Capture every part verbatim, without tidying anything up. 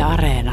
Areena.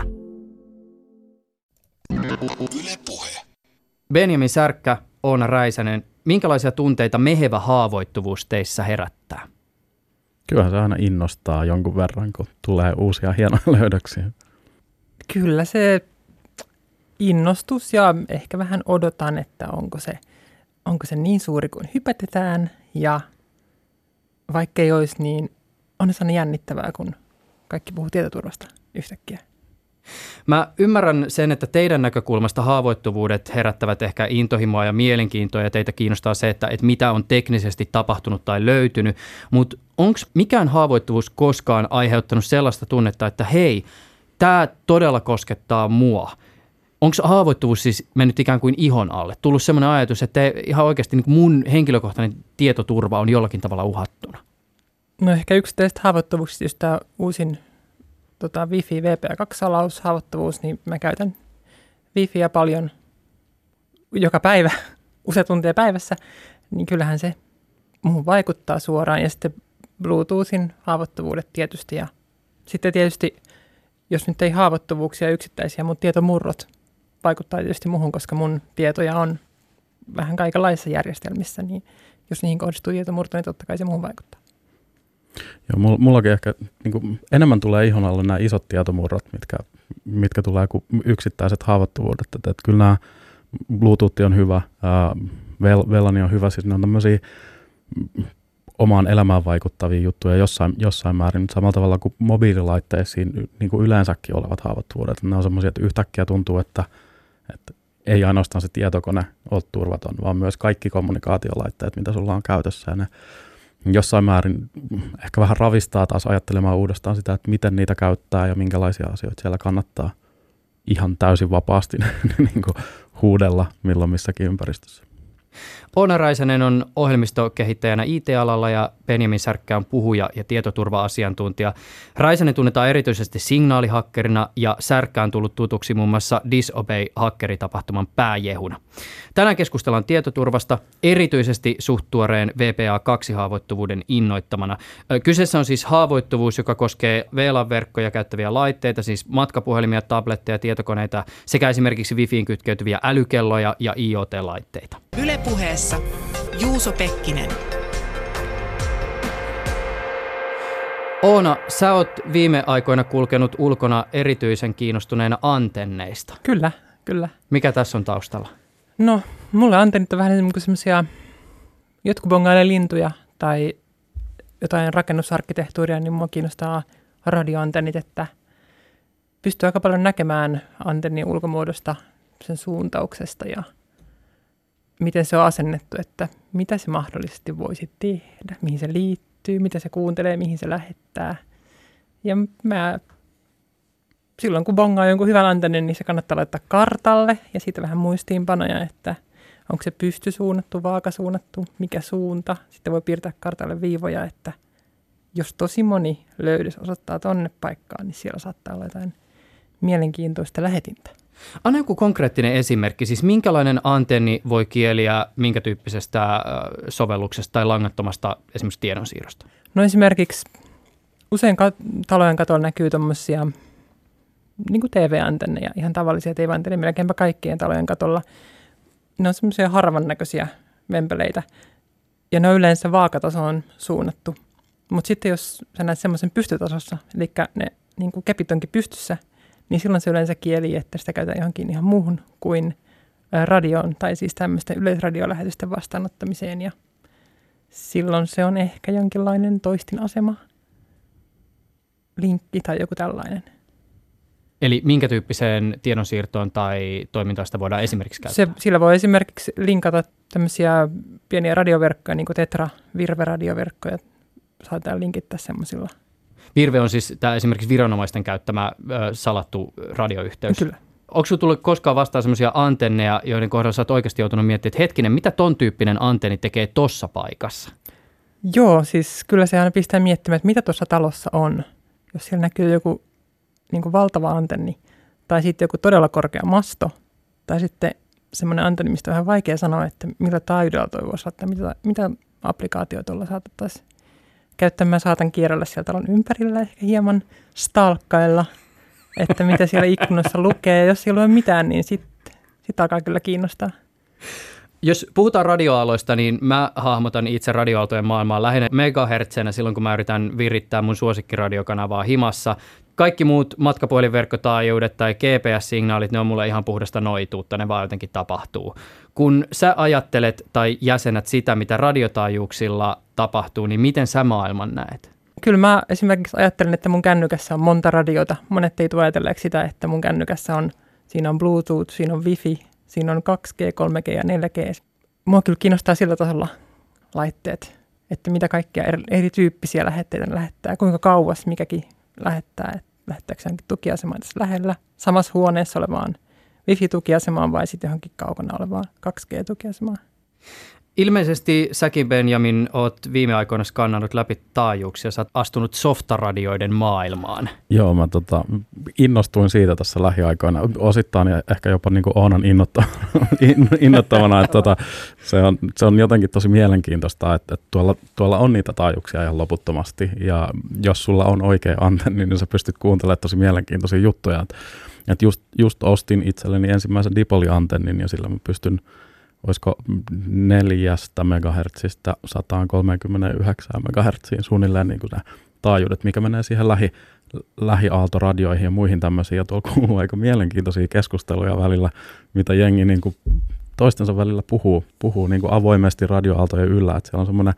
Yle Puhe. Benjamin Särkkä, Oona Räisänen, minkälaisia tunteita mehevä haavoittuvuus teissä herättää? Kyllähän se aina innostaa jonkun verran, kun tulee uusia hienoja löydöksiä. Kyllä se innostus ja ehkä vähän odotan, että onko se, onko se niin suuri kuin hypätetään ja vaikka ei olisi, niin on se aina jännittävää, kun kaikki puhuu tietoturvasta yhtäkkiä. Mä ymmärrän sen, että teidän näkökulmasta haavoittuvuudet herättävät ehkä intohimoa ja mielenkiintoa ja teitä kiinnostaa se, että, että mitä on teknisesti tapahtunut tai löytynyt, mutta onko mikään haavoittuvuus koskaan aiheuttanut sellaista tunnetta, että hei, tämä todella koskettaa mua? Onko haavoittuvuus siis mennyt ikään kuin ihon alle? Tullut sellainen ajatus, että ihan oikeasti niin mun henkilökohtainen tietoturva on jollakin tavalla uhattuna? No ehkä yksi tästä haavoittuvuuksista, jos tämä uusin tota, Wi-Fi V P A kaksi-salaus, haavoittuvuus, niin mä käytän Wi-Fiä paljon joka päivä, usea tuntia päivässä, niin kyllähän se muuhun vaikuttaa suoraan. Ja sitten Bluetoothin haavoittuvuudet tietysti. Ja sitten tietysti, jos nyt ei haavoittuvuuksia yksittäisiä, mutta tietomurrot vaikuttaa tietysti muuhun, koska mun tietoja on vähän kaikenlaisissa järjestelmissä, niin jos niihin kohdistuu tietomurto, niin totta kai se muuhun vaikuttaa. Joo, mullakin ehkä niin kuin, enemmän tulee ihon alle nämä isot tietomurrot, mitkä, mitkä tulee kuin yksittäiset haavoittuvuudet. Että, että kyllä nämä Bluetooth on hyvä, ää, Velani on hyvä, siis ne on tämmöisiä omaan elämään vaikuttavia juttuja jossain, jossain määrin, samalla tavalla kuin mobiililaitteisiin niin kuin yleensäkin olevat haavoittuvuudet. Ne on semmoisia, että yhtäkkiä tuntuu, että, että ei ainoastaan se tietokone ole turvaton, vaan myös kaikki kommunikaatiolaitteet, mitä sulla on käytössä. Ja ne jossain määrin ehkä vähän ravistaa taas ajattelemaan uudestaan sitä, että miten niitä käyttää ja minkälaisia asioita siellä kannattaa ihan täysin vapaasti niin kuin huudella milloin missäkin ympäristössä. Oona Räisänen on ohjelmistokehittäjänä I T-alalla ja Benjamin Särkkä on puhuja ja tietoturva-asiantuntija. Räisänen tunnetaan erityisesti signaalihakkerina ja Särkkä on tullut tutuksi muun muassa Disobey-hakkeritapahtuman pääjehuna. Tänään keskustellaan tietoturvasta, erityisesti suht tuoreen V P A kaksi-haavoittuvuuden innoittamana. Kyseessä on siis haavoittuvuus, joka koskee V LAN-verkkoja käyttäviä laitteita, siis matkapuhelimia, tabletteja, tietokoneita sekä esimerkiksi Wifiin kytkeytyviä älykelloja ja I O T-laitteita. Yle Puheessa Juuso Pekkinen. Oona, sä oot viime aikoina kulkenut ulkona erityisen kiinnostuneena antenneista. Kyllä, kyllä. Mikä tässä on taustalla? No, mulle antennit on vähän semmoisia, jotkut bongailee lintuja tai jotain rakennusarkkitehtuuria, niin mua kiinnostaa radioantennit, että pystyy aika paljon näkemään antennin ulkomuodosta, sen suuntauksesta ja miten se on asennettu, että mitä se mahdollisesti voisi tehdä, mihin se liittyy, mitä se kuuntelee, mihin se lähettää. Ja mä, silloin kun bongaa jonkun hyvän antennin, niin se kannattaa laittaa kartalle ja siitä vähän muistiinpanoja, että onko se pystysuunnattu, vaakasuunnattu, mikä suunta. Sitten voi piirtää kartalle viivoja, että jos tosi moni löydös osoittaa tonne paikkaan, niin siellä saattaa olla jotain mielenkiintoista lähetintä. Anna joku konkreettinen esimerkki, siis minkälainen antenni voi kieliä minkä tyyppisestä sovelluksesta tai langattomasta esimerkiksi tiedonsiirrosta? No esimerkiksi usein kat- talojen katolla näkyy tuommoisia niin kuin T V-antenneja, ihan tavallisia T V-antenneja, melkeinpä kaikkien talojen katolla. Ne on semmoisia harvan näköisiä vempeleitä ja ne on yleensä vaakatasoon suunnattu. Mutta sitten jos sä näet semmoisen pystytasossa, eli ne niin kuin kepit onkin pystyssä, niin silloin se yleensä kieli, että sitä käytetään johonkin ihan muuhun kuin radioon tai siis tämmöisten yleisradiolähetysten vastaanottamiseen. Ja silloin se on ehkä jonkinlainen toistinasema, linkki tai joku tällainen. Eli minkä tyyppiseen tiedonsiirtoon tai toimintaan sitä voidaan esimerkiksi käyttää? Se, sillä voi esimerkiksi linkata tämmöisiä pieniä radioverkkoja, niin kuin Tetra, Virve-radioverkkoja. Saadaan linkittää semmoisilla. Virve on siis tämä esimerkiksi viranomaisten käyttämä ö, salattu radioyhteys. Kyllä. Onko sinulla tullut koskaan vastaan semmoisia antenneja, joiden kohdalla sä oot oikeasti joutunut miettimään, että hetkinen, mitä ton tyyppinen antenni tekee tossa paikassa? Joo, siis kyllä se aina pistää miettimään, että mitä tuossa talossa on. Jos siellä näkyy joku niin kuin valtava antenni, tai sitten joku todella korkea masto, tai sitten semmoinen antenni, mistä on vähän vaikea sanoa, että millä taajuudella toi voisi ottaa, mitä, mitä applikaatioita tuolla saatettaisiin käyttämään. Saatan kierrellä siellä talon ympärillä, ehkä hieman stalkkailla että mitä siellä ikkunassa lukee. Ja jos siellä ei ole mitään, niin sitten sit alkaa kyllä kiinnostaa. Jos puhutaan radioaaloista, niin mä hahmotan itse radioaaltojen maailmaa lähinnä megahertsenä silloin, kun mä yritän virittää mun suosikkiradiokanavaa himassa. Kaikki muut matkapuhelinverkkotaajuudet tai G P S-signaalit, ne on mulle ihan puhdasta noituutta, ne vaan jotenkin tapahtuu. Kun sä ajattelet tai jäsenät sitä, mitä radiotaajuuksilla tapahtuu, niin miten sä maailman näet? Kyllä mä esimerkiksi ajattelen, että mun kännykässä on monta radiota. Monet ei tule ajatelleeksi sitä, että mun kännykässä on, siinä on Bluetooth, siinä on Wi-Fi, siinä on kaksi G, kolme G ja neljä G. Mua kyllä kiinnostaa sillä tasolla laitteet, että mitä kaikkia eri, erityyppisiä lähetteitä ne lähettää, kuinka kauas mikäkin lähettää, että lähettääkö johonkin tukiasemaan tässä lähellä, samassa huoneessa olevaan Wi-Fi-tukiasemaan vai sitten johonkin kaukana olevaan kaksi G-tukiasemaan. Ilmeisesti säkin, Benjamin, oot viime aikoina skannannut läpi taajuuksia, sä oot astunut softaradioiden maailmaan. Joo, mä tota, innostuin siitä tässä lähiaikoina, osittain ja ehkä jopa niin kuin Oonan innoittavana, innoittavana että tota, se, on, se on jotenkin tosi mielenkiintoista, että, että tuolla, tuolla on niitä taajuuksia ihan loputtomasti, ja jos sulla on oikea antenni, niin sä pystyt kuuntelemaan tosi mielenkiintoisia juttuja. Että, että just, just ostin itselleni ensimmäisen dipoliantennin, ja sillä mä pystyn olisiko neljästä megahertsistä sata kolmekymmentäyhdeksän megahertsiin suunnilleen niin kuin ne taajuudet, mikä menee siihen lähi, lähiaaltoradioihin ja muihin tämmöisiin. Ja tuolla kuuluu aika mielenkiintoisia keskusteluja välillä, mitä jengi niin kuin toistensa välillä puhuu, puhuu niin kuin avoimesti radioaaltojen yllä. Että siellä on semmoinen,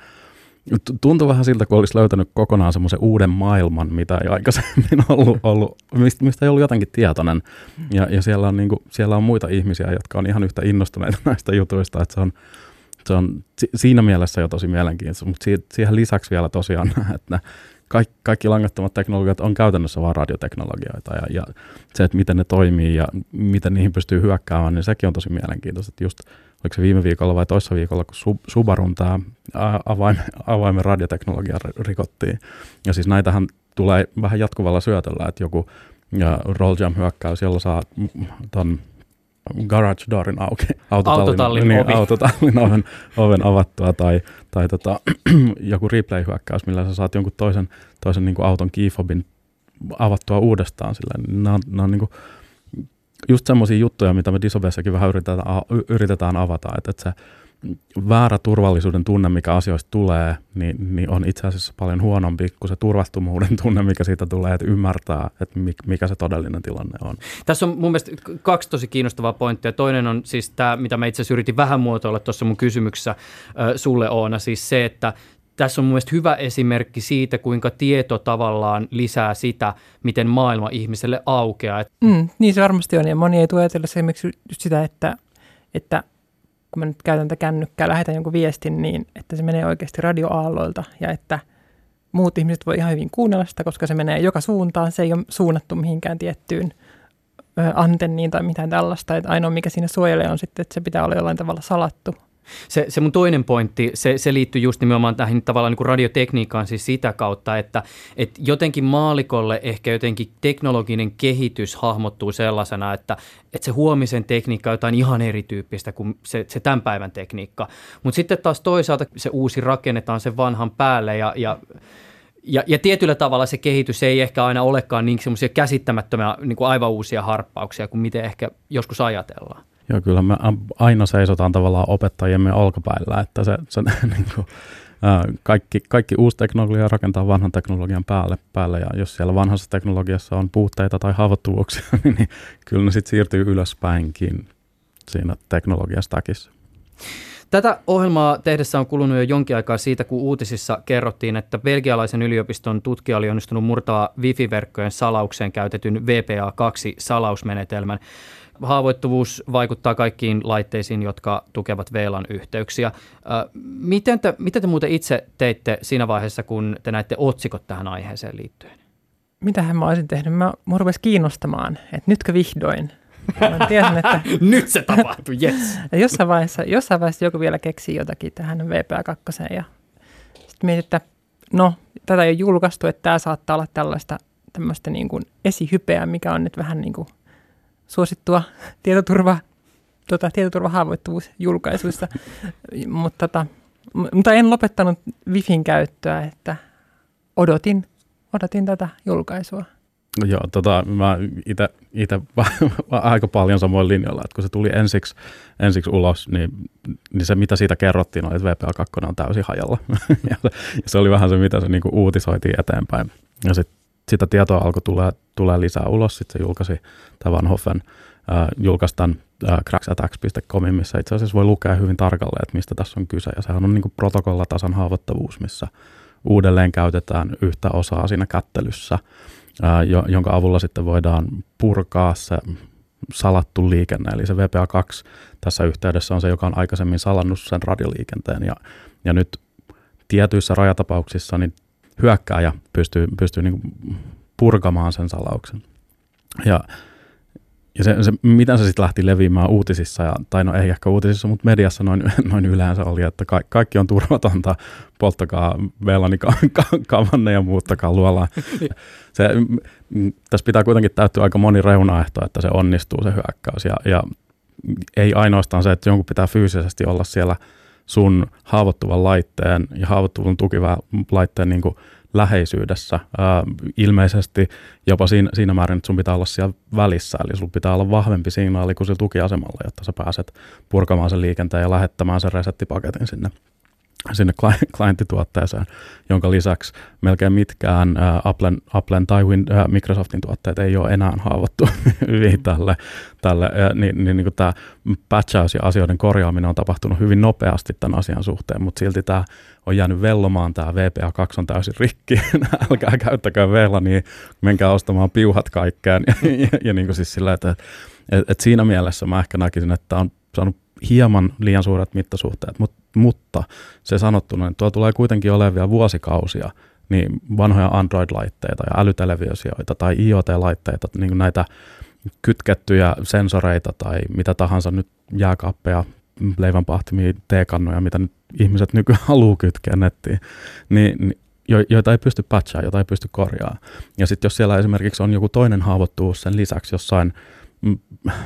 tuntuu vähän siltä, kun olisi löytänyt kokonaan semmoisen uuden maailman, mitä ei aikaisemmin ollut, ollut mistä, mistä ei ollut jotenkin tietoinen. Ja, ja siellä, on, niin kuin, siellä on muita ihmisiä, jotka on ihan yhtä innostuneita näistä jutuista, että se on, se on siinä mielessä jo tosi mielenkiintoista, mutta siihen lisäksi vielä tosiaan, että kaikki, kaikki langattomat teknologiat on käytännössä vain radioteknologioita, ja, ja se, että miten ne toimii ja miten niihin pystyy hyökkäämään, niin sekin on tosi mielenkiintoista. Että just, oliko se viime viikolla vai toissa viikolla, kun Subarun tämä avaimen, avaimen radioteknologia rikottiin. Ja siis näitähän tulee vähän jatkuvalla syötöllä, että joku rolljam-hyökkäys, jolla saa ton garage doorin auki, autotallin, autotallin, niin, ovi. autotallin oven, oven avattua, tai, tai tota, joku replay-hyökkäys, millä sä saat jonkun toisen, toisen niin kuin auton keyfobin avattua uudestaan. Silleen. Nämä on, nämä on niin kuin just semmoisia juttuja, mitä me Disobessäkin vähän yritetään, yritetään avata, että, että se väärä turvallisuuden tunne, mikä asioista tulee, niin, niin on itse asiassa paljon huonompi kuin se turvattomuuden tunne, mikä siitä tulee, että ymmärtää, että mikä se todellinen tilanne on. Tässä on mun mielestä kaksi tosi kiinnostavaa pointtia. Toinen on siis tämä, mitä mä itse asiassa yritin vähän muotoilla tuossa mun kysymyksessä äh, sulle, Oona, siis se, että tässä on mun mielestä hyvä esimerkki siitä, kuinka tieto tavallaan lisää sitä, miten maailma ihmiselle aukeaa. Mm, niin se varmasti on, ja moni ei tule ajatella esimerkiksi just sitä, että, että kun mä nyt käytän tätä kännykkää, lähetän jonkun viestin, niin että se menee oikeasti radioaalloilta, ja että muut ihmiset voi ihan hyvin kuunnella sitä, koska se menee joka suuntaan, se ei ole suunnattu mihinkään tiettyyn ö, antenniin tai mitään tällaista, että ainoa mikä siinä suojelee on sitten, että se pitää olla jollain tavalla salattu. Se, se mun toinen pointti, se, se liittyy just nimenomaan tähän tavallaan niin kuin radiotekniikkaan siis sitä kautta, että, että jotenkin maalikolle ehkä jotenkin teknologinen kehitys hahmottuu sellaisena, että, että se huomisen tekniikka on jotain ihan erityyppistä kuin se, se tämän päivän tekniikka. Mutta sitten taas toisaalta se uusi rakennetaan sen vanhan päälle ja, ja Ja, ja tietyllä tavalla se kehitys ei ehkä aina olekaan niin semmoisia käsittämättömiä niin kuin aivan uusia harppauksia kuin miten ehkä joskus ajatellaan. Joo, kyllä me aina seisotaan tavallaan opettajiemme olkapäillä, että se, se niin kuin, ää, kaikki, kaikki uusi teknologia rakentaa vanhan teknologian päälle, päälle, ja jos siellä vanhassa teknologiassa on puutteita tai haavoittuvuuksia, niin kyllä ne sitten siirtyy ylöspäinkin siinä teknologiastäkissä. Tätä ohjelmaa tehdessä on kulunut jo jonkin aikaa siitä, kun uutisissa kerrottiin, että belgialaisen yliopiston tutkija oli onnistunut murtaa wifi-verkkojen salaukseen käytetyn V P A kaksi salausmenetelmän. Haavoittuvuus vaikuttaa kaikkiin laitteisiin, jotka tukevat V LAN-yhteyksiä. Miten te, miten te muuten itse teitte siinä vaiheessa, kun te näitte otsikot tähän aiheeseen liittyen? Mitähän mä olisin tehnyt? Mä, mä rupesi kiinnostamaan, että nytkö vihdoin? Mä tiedän, että nyt se tapahtui, yes. jossain, vaiheessa, jossain vaiheessa joku vielä keksii jotakin tähän V P A kaksi. Ja sitten mietin, että no, tätä ei ole julkaistu, että tämä saattaa olla tällaista tämmöistä niin kuin esihypeä, mikä on nyt vähän niin kuin suosittua tietoturva, tota, tietoturvahaavoittuvuusjulkaisuissa, mutta, tota, mutta en lopettanut Wifin käyttöä, että odotin, odotin tätä julkaisua. Joo, tota, mä itse aika paljon samoin linjoilla, että kun se tuli ensiksi, ensiksi ulos, niin, niin se mitä siitä kerrottiin oli, että V P A kaksi on täysin hajalla. ja, ja se oli vähän se, mitä se niinku uutisoitiin eteenpäin. Ja sit, sitä tietoa alkoi tulee, tulee lisää ulos, sitten se julkaisi tämän Van Hoffen, äh, julkaisi tämän äh, cracks attacks piste comin, missä itse asiassa voi lukea hyvin tarkalleen, että mistä tässä on kyse. Ja sehän on niinku protokollatason haavoittavuus, missä uudelleen käytetään yhtä osaa siinä kättelyssä, jonka avulla sitten voidaan purkaa se salattu liikenne. Eli se V P A kaksi tässä yhteydessä on se, joka on aikaisemmin salannut sen radioliikenteen. Ja, ja nyt tietyissä rajatapauksissa niin hyökkääjä pystyy, pystyy niin kuin purkamaan sen salauksen. Ja, ja se, se, miten se sitten lähti leviämään uutisissa, ja, tai no ei ehkä uutisissa, mutta mediassa noin, noin yleensä oli, että ka, kaikki on turvatonta, polttakaa V LAN-kavanne ja muuttakaa luolaan. Se, tässä pitää kuitenkin täyttyä aika moni reunaehto, että se onnistuu se hyökkäys, ja, ja ei ainoastaan se, että jonkun pitää fyysisesti olla siellä sun haavoittuvan laitteen ja haavoittuvan tukivan laitteen niin kuin läheisyydessä. Ää, ilmeisesti jopa siinä, siinä määrin, että sun pitää olla siellä välissä, eli sun pitää olla vahvempi signaali kuin sillä tukiasemalla, jotta sä pääset purkamaan sen liikenteen ja lähettämään sen resettipaketin sinne, sinne klienttituotteeseen, jonka lisäksi melkein mitkään ää, Applen, Applen tai Win, ää, Microsoftin tuotteet ei ole enää haavoittu hyvin tälle. tälle ja, niin, niin, niin tämä patchaus ja asioiden korjaaminen on tapahtunut hyvin nopeasti tämän asian suhteen, mutta silti tämä on jäänyt vellomaan, tämä V P A kaksi on täysin rikki, älkää käyttäkää V LANia, menkää ostamaan piuhat kaikkeen. ja, ja, ja niin kuin siis sillä, että et, et siinä mielessä mä ehkä näkisin, että tämä on saanut hieman liian suuret mittasuhteet, Mut, mutta se sanottuna, että tuolla tulee kuitenkin olemaan vielä vuosikausia niin vanhoja Android-laitteita ja älytelevisioita tai I O T-laitteita, niin kuin näitä kytkettyjä sensoreita tai mitä tahansa nyt jääkaappeja, leivänpahtimia, teekannoja, mitä nyt ihmiset nykyään haluaa kytkeä nettiin, niin, jo, joita ei pysty patchaa, joita ei pysty korjaamaan. Ja sitten jos siellä esimerkiksi on joku toinen haavoittuvuus sen lisäksi jossain mm,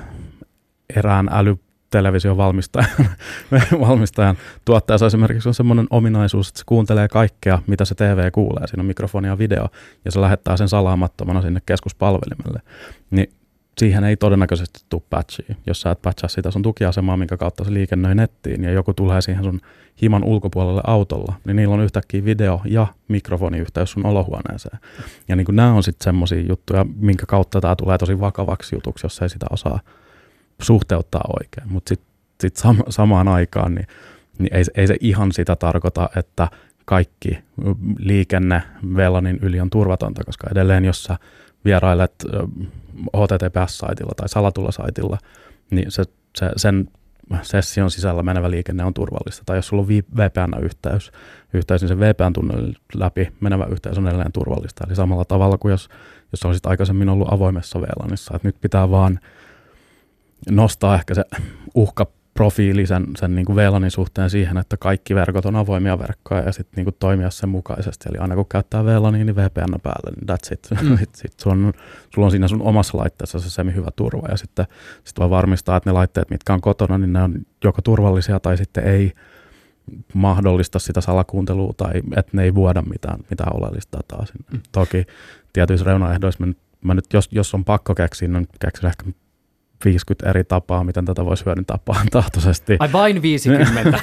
erään äly television valmistajan, valmistajan tuotteessa esimerkiksi on semmoinen ominaisuus, että se kuuntelee kaikkea, mitä se T V kuulee. Siinä on mikrofoni ja video, ja se lähettää sen salaamattomana sinne keskuspalvelimelle. Niin siihen ei todennäköisesti tule patchia. Jos sä et patchaa sitä sun tukiasemaa, minkä kautta se liikennöi nettiin, ja joku tulee siihen sun himan ulkopuolelle autolla, niin niillä on yhtäkkiä video- ja mikrofoniyhteys sun olohuoneeseen. Ja niin nämä on sitten semmoisia juttuja, minkä kautta tämä tulee tosi vakavaksi jutuksi, jos ei sitä osaa suhteuttaa oikein, mutta sitten sit sam- samaan aikaan niin, niin ei, ei se ihan sitä tarkoita, että kaikki liikenne V LANin yli on turvatonta, koska edelleen jos sä vierailet H T T P S-saitilla tai salatulla saitilla, niin se, se, sen session sisällä menevä liikenne on turvallista. Tai jos sulla on V P N-yhteys, yhteys, niin se V P N-tunnelin läpi menevä yhteys on edelleen turvallista. Eli samalla tavalla kuin jos, jos olisit aikaisemmin ollut avoimessa V LANissa, että nyt pitää vaan nostaa ehkä se uhkaprofiili sen, sen niin kuin V LANin suhteen siihen, että kaikki verkot on avoimia verkkoja ja sitten niin toimia sen mukaisesti. Eli aina kun käyttää V LANia, niin V P N päälle, niin that's it. Mm. Sitten sit sulla, on, sulla on siinä sun omassa laitteessa se semi-hyvä turva ja sitten sit vaan varmistaa, että ne laitteet, mitkä on kotona, niin ne on joko turvallisia tai sitten ei mahdollista sitä salakuuntelua tai että ne ei vuoda mitään, mitään oleellista dataa sinne. Mm. Toki tietyissä reunaehdoissa, mä, mä nyt, jos, jos on pakko keksiä, niin keksin ehkä viisikymmentä eri tapaa, miten tätä voisi hyödyntää pahantahtoisesti. Ai vain viisikymmentä?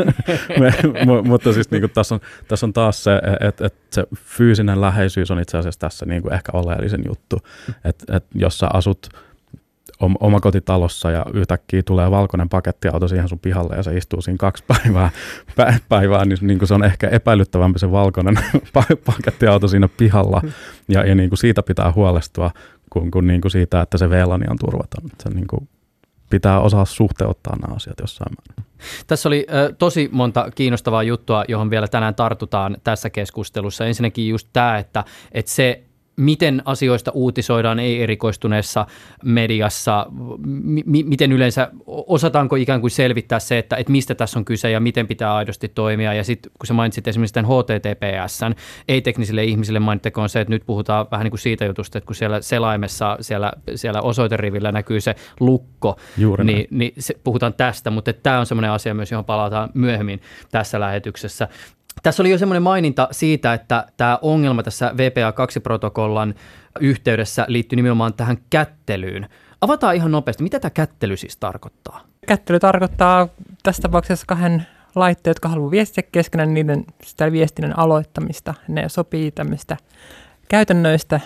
Mutta siis niin kuin tässä, on, tässä on taas se, että et se fyysinen läheisyys on itse asiassa tässä niin kuin ehkä oleellisen juttu. Että et jos sä asut omakotitalossa ja yhtäkkiä tulee valkoinen pakettiauto siihen sun pihalle ja se istuu siinä kaksi päivää, päivää niin, niin kuin se on ehkä epäilyttävämpi se valkoinen pakettiauto siinä pihalla ja, ja niin kuin siitä pitää huolestua kuin, kuin, niin kuin siitä, että se V LAN on turvaton. Se niin kuin pitää osaa suhteuttaa nämä asiat jossain määrin. Tässä oli äh, tosi monta kiinnostavaa juttua, johon vielä tänään tartutaan tässä keskustelussa. Ensinnäkin just tämä, että, että se miten asioista uutisoidaan ei-erikoistuneessa mediassa, m- miten yleensä, osataanko ikään kuin selvittää se, että, että mistä tässä on kyse ja miten pitää aidosti toimia. Ja sitten kun sä mainitsit esimerkiksi tämän H T T P S:n, ei-teknisille ihmisille mainittakoon se, että nyt puhutaan vähän niin kuin siitä jutusta, että kun siellä selaimessa, siellä, siellä osoiterivillä näkyy se lukko, niin, niin se, puhutaan tästä, mutta tämä on semmoinen asia myös, johon palataan myöhemmin tässä lähetyksessä. Tässä oli jo semmoinen maininta siitä, että tämä ongelma tässä V P A kaksi -protokollan yhteydessä liittyy nimenomaan tähän kättelyyn. Avataan ihan nopeasti. Mitä tämä kättely siis tarkoittaa? Kättely tarkoittaa tässä tapauksessa kahden laitteen, jotka haluaa viestiä keskenään, niiden sitä viestinnän aloittamista. Ne sopii tämmöistä käytännöistä.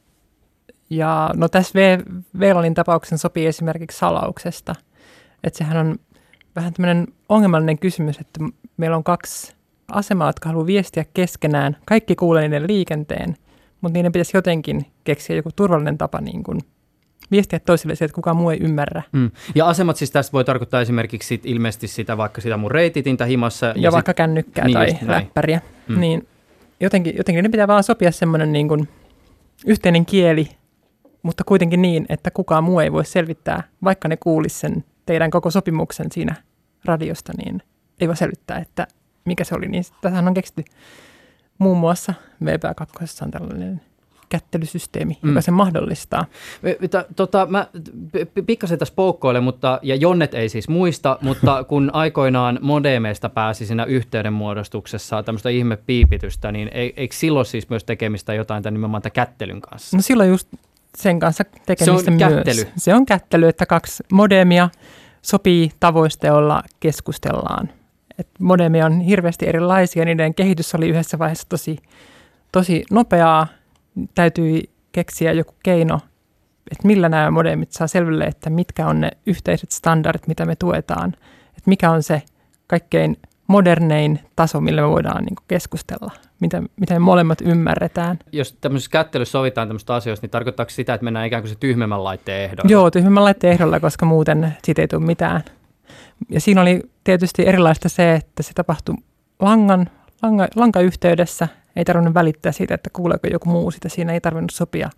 Ja no tässä V LANin tapauksen sopii esimerkiksi salauksesta. Että sehän on vähän tämmöinen ongelmallinen kysymys, että meillä on kaksi asemaa, jotka haluaa viestiä keskenään. Kaikki kuulee niiden liikenteen, mutta niiden pitäisi jotenkin keksiä joku turvallinen tapa niin kuin viestiä toisille se, että kukaan muu ei ymmärrä. Mm. Ja asemat siis tästä voi tarkoittaa esimerkiksi sit, ilmeisesti sitä vaikka sitä mun reititintä himassa. Ja, ja vaikka sit, kännykkää niin tai just, läppäriä. Mm. Niin jotenkin, jotenkin ne pitää vaan sopia semmoinen niin kuin yhteinen kieli, mutta kuitenkin niin, että kukaan muu ei voi selvittää, vaikka ne kuulisi sen teidän koko sopimuksen siinä radiosta, niin ei voi selvittää, että mikä se oli. Niin tässähän on keksitty muun muassa V P A kaksi on tällainen kättelysysteemi, mm. joka sen mahdollistaa. Tota, mä pikkasen tässä poukkoilen, mutta, ja Jonnet ei siis muista, mutta kun aikoinaan modemeista pääsi siinä yhteydenmuodostuksessa tämmöistä ihmepiipitystä, niin eikö silloin siis myös tekemistä jotain tämän nimenomaan tämän kättelyn kanssa? No silloin just sen kanssa tekemistä Se on myös. kättely. Se on kättely, että kaksi modemia sopii tavoista, jolla keskustellaan. Et modemia on hirveästi erilaisia, niiden kehitys oli yhdessä vaiheessa tosi, tosi nopeaa. Täytyi keksiä joku keino, että millä nämä modemit saa selville, että mitkä on ne yhteiset standardit, mitä me tuetaan. Että mikä on se kaikkein modernein taso, millä me voidaan niin kuin keskustella, mitä, mitä me molemmat ymmärretään. Jos tämmöisessä kättelyssä sovitaan tämmöistä asioista, niin tarkoittaako sitä, että mennään ikään kuin se tyhmemmän laitteen ehdolla? Joo, tyhmemmän laitteen ehdolla, koska muuten siitä ei tule mitään. Ja siinä oli tietysti erilaista se, että se tapahtui langan, langa, lankayhteydessä. Ei tarvinnut välittää siitä, että kuuleeko joku muu sitä. Siinä ei tarvinnut sopia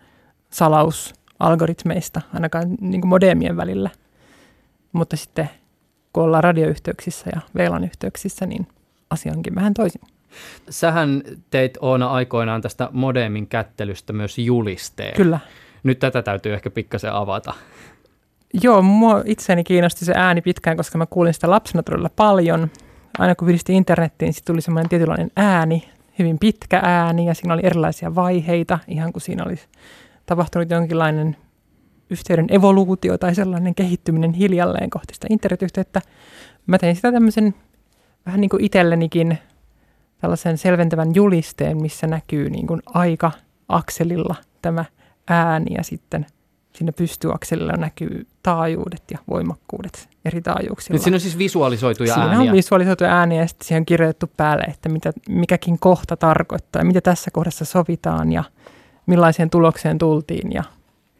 salausalgoritmeista, ainakaan niin kuin modemien välillä. Mutta sitten kun ollaan radioyhteyksissä ja V LAN-yhteyksissä, niin asia onkin vähän toisin. Sähän teit Oona aikoinaan tästä modemin kättelystä myös julisteen. Kyllä. Nyt tätä täytyy ehkä pikkasen avata. Joo, mua itseäni kiinnosti se ääni pitkään, koska mä kuulin sitä lapsena todella paljon. Aina kun viristin internettiin, niin tuli semmoinen tietynlainen ääni, hyvin pitkä ääni, ja siinä oli erilaisia vaiheita, ihan kuin siinä olisi tapahtunut jonkinlainen yhteyden evoluutio tai sellainen kehittyminen hiljalleen kohti sitä internetyhteyttä. Mä tein sitä tämmöisen vähän niin kuin itsellenikin tällaisen selventävän julisteen, missä näkyy niin kuin aika-akselilla tämä ääni ja sitten siinä pystyakselilla näkyy taajuudet ja voimakkuudet eri taajuuksilla. Nyt siinä on siis visualisoituja siinä ääniä. Siinä on visualisoituja ääniä ja sitten siihen on kirjoitettu päälle, että mitä mikäkin kohta tarkoittaa ja mitä tässä kohdassa sovitaan ja millaiseen tulokseen tultiin ja,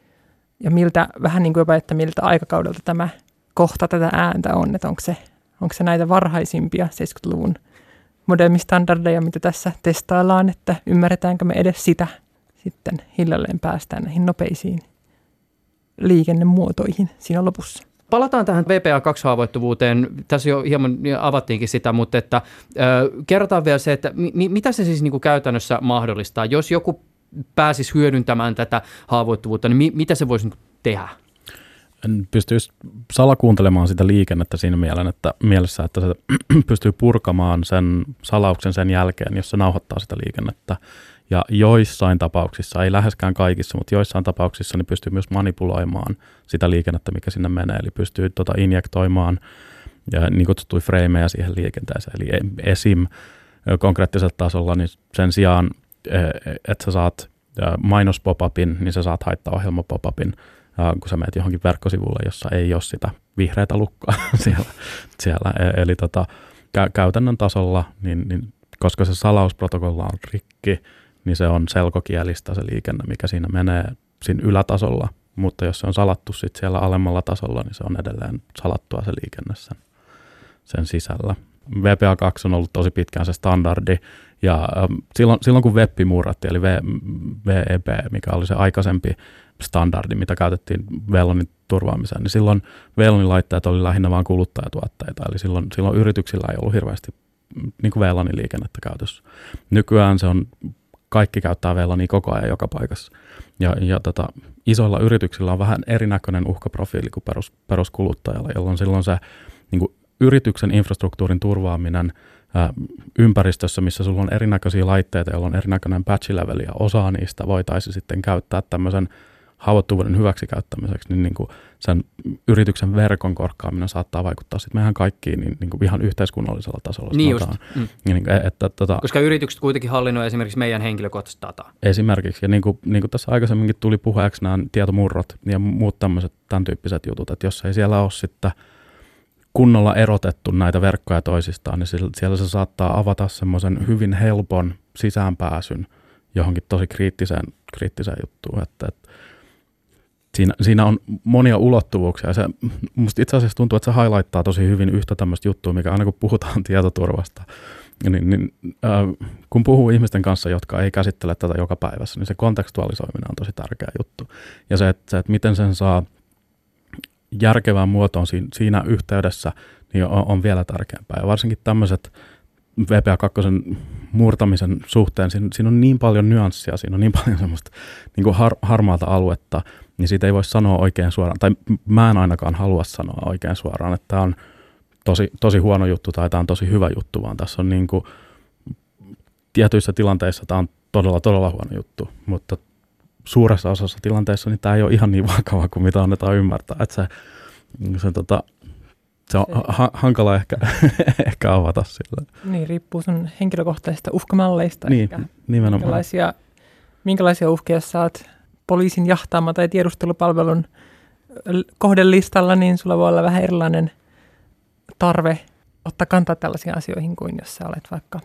ja miltä, vähän niin kuin jopa, että miltä aikakaudelta tämä kohta tätä ääntä on, että onko se, onko se näitä varhaisimpia seitsemänkymmentäluvun modemistandardeja, mitä tässä testaillaan, että ymmärretäänkö me edes sitä. Sitten hiljalleen päästään näihin nopeisiin liikennemuotoihin siinä lopussa. Palataan tähän V P A kaksi -haavoittuvuuteen. Tässä jo hieman avattiinkin sitä, mutta että, äh, kerrotaan vielä se, että mi- mitä se siis niin kuin käytännössä mahdollistaa. Jos joku pääsisi hyödyntämään tätä haavoittuvuutta, niin mi- mitä se voisi tehdä? En pystyisi salakuuntelemaan sitä liikennettä siinä että, mielessä, että se pystyy purkamaan sen salauksen sen jälkeen, jos se nauhoittaa sitä liikennettä. Ja joissain tapauksissa, ei läheskään kaikissa, mutta joissain tapauksissa niin pystyy myös manipuloimaan sitä liikennettä, mikä sinne menee. Eli pystyy tota, injektoimaan ja niin kutsuttuja freimejä siihen liikenteeseen. Eli esim. Konkreettisella tasolla niin sen sijaan, että sä saat mainos pop-upin, niin sä saat haittaohjelma pop-upin, kun sä menet johonkin verkkosivulle, jossa ei ole sitä vihreätä lukkoa siellä. siellä. Eli tota, kä- käytännön tasolla, niin, niin, koska se salausprotokolla on rikki, niin se on selkokielistä se liikenne, mikä siinä menee siinä ylätasolla, mutta jos se on salattu sit siellä alemmalla tasolla, niin se on edelleen salattua se liikenne sen, sen sisällä. V P A kaksi on ollut tosi pitkään se standardi, ja ähm, silloin, silloin kun web murrattiin, eli v, V E B, mikä oli se aikaisempi standardi, mitä käytettiin V LANin turvaamiseen, niin silloin V LANin laitteet oli lähinnä vain kuluttajatuotteita, eli silloin, silloin yrityksillä ei ollut hirveästi niin kuin V LANin liikennettä käytössä. Nykyään se on, kaikki käyttää V LANia koko ajan joka paikassa, ja, ja tota, isoilla yrityksillä on vähän erinäköinen uhkaprofiili kuin perus, peruskuluttajalla, jolloin silloin se niin kuin yrityksen infrastruktuurin turvaaminen ää, ympäristössä, missä sulla on erinäköisiä laitteita, joilla on erinäköinen patch-leveli ja osa niistä voitaisiin sitten käyttää tämmöisen haavoittuvuuden hyväksikäyttämiseksi, niin, niin kuin sen yrityksen verkon korkkaaminen saattaa vaikuttaa sitten meidän kaikkiin niin, niin kuin ihan yhteiskunnallisella tasolla. Niin just. Mm. Niin, että, tota, koska yritykset kuitenkin hallinnoi esimerkiksi meidän henkilökohtaista dataa. Esimerkiksi, ja niin kuin, niin kuin tässä aikaisemminkin tuli puheeksi nämä tietomurrot ja muut tämmöiset tämän tyyppiset jutut, että jos ei siellä ole sitten kunnolla erotettu näitä verkkoja toisistaan, niin siellä se saattaa avata semmoisen hyvin helpon sisäänpääsyn johonkin tosi kriittiseen, kriittiseen juttuun, että, että Siinä, siinä on monia ulottuvuuksia ja se, musta itse asiassa tuntuu, että se highlighttaa tosi hyvin yhtä tämmöistä juttua, mikä aina kun puhutaan tietoturvasta, niin, niin äh, kun puhuu ihmisten kanssa, jotka ei käsittele tätä joka päivässä, niin se kontekstualisoiminen on tosi tärkeä juttu. Ja se, että, se, että miten sen saa järkevään muotoon siinä, siinä yhteydessä, niin on, on vielä tärkeämpää. Ja varsinkin tämmöiset V P A kaksi murtamisen suhteen, siinä, siinä on niin paljon nyanssia, siinä on niin paljon semmoista niin kuin har, harmaata aluetta, niin siitä ei voi sanoa oikein suoraan, tai mä en ainakaan halua sanoa oikein suoraan, että tämä on tosi, tosi huono juttu tai tämä on tosi hyvä juttu, vaan tässä on niin kuin, tietyissä tilanteissa tämä on todella, todella huono juttu, mutta suuressa osassa tilanteissa niin tämä ei ole ihan niin vakava kuin mitä annetaan ymmärtää, että se, se, tota, se on ha- hankala ehkä, ehkä avata sillä. Niin, riippuu sun henkilökohtaisista uhkamalleista. Niin, nimenomaan. Minkälaisia, minkälaisia uhkia sä oot poliisin jahtaama tai tiedustelupalvelun kohdelistalla, niin sulla voi olla vähän erilainen tarve ottaa kantaa tällaisiin asioihin kuin jos sä olet vaikka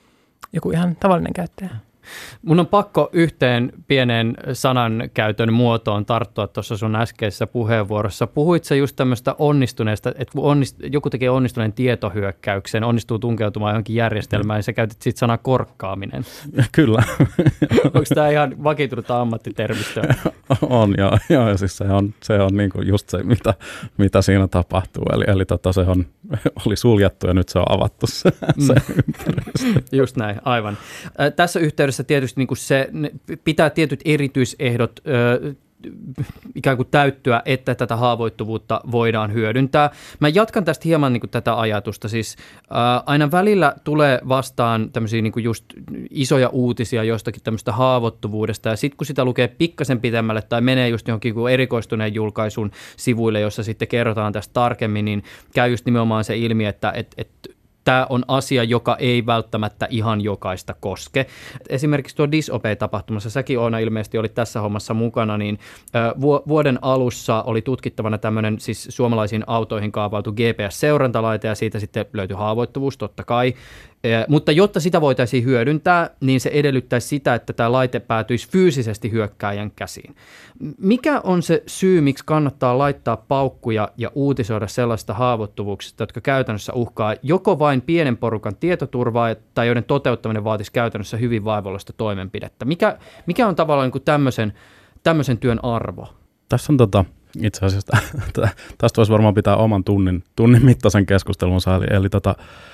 joku ihan tavallinen käyttäjä. Mun on pakko yhteen pienen sanankäytön muotoon tarttua tuossa sun äskeisessä puheenvuorossa. Puhuit sä just tämmöistä onnistuneesta, että kun onnist, joku tekee onnistuneen tietohyökkäyksen, onnistuu tunkeutumaan johonkin järjestelmään, ja sä käytit siitä sanaa korkkaaminen. Kyllä. Onko tämä ihan vakiintunutta ammattitermistöä? On, joo. joo ja siis se on, se on niinku just se, mitä, mitä siinä tapahtuu. Eli, eli tota, se on, oli suljettu ja nyt se on avattu se, mm. se ympäristö. Just näin, aivan. Äh, tässä yhteydessä tietysti niin kuin se pitää tietyt erityisehdot ö, ikään kuin täyttyä, että tätä haavoittuvuutta voidaan hyödyntää. Mä jatkan tästä hieman niin kuin tätä ajatusta. Siis ää, aina välillä tulee vastaan tämmöisiä niin kuin just isoja uutisia jostakin tämmöistä haavoittuvuudesta, ja sitten kun sitä lukee pikkasen pitemmälle tai menee just johonkin erikoistuneen julkaisun sivuille, jossa sitten kerrotaan tästä tarkemmin, niin käy just nimenomaan se ilmi, että et, et, tämä on asia, joka ei välttämättä ihan jokaista koske. Esimerkiksi tuo Disobey-tapahtumassa, säkin Oona ilmeisesti olit tässä hommassa mukana, niin vuoden alussa oli tutkittavana tämmöinen siis suomalaisiin autoihin kaavailtu G P S-seurantalaite, ja siitä sitten löytyi haavoittuvuus totta kai. Mutta jotta sitä voitaisiin hyödyntää, niin se edellyttäisi sitä, että tämä laite päätyisi fyysisesti hyökkääjän käsiin. Mikä on se syy, miksi kannattaa laittaa paukkuja ja uutisoida sellaista haavoittuvuuksista, jotka käytännössä uhkaa joko vain pienen porukan tietoturvaa tai joiden toteuttaminen vaatisi käytännössä hyvin vaivalloista toimenpidettä? Mikä, mikä on tavallaan niin kuin tämmöisen, tämmöisen työn arvo? Tässä on tota, itse asiassa, tästä voisi varmaan pitää oman tunnin, tunnin mittaisen keskustelunsa, eli, eli tota,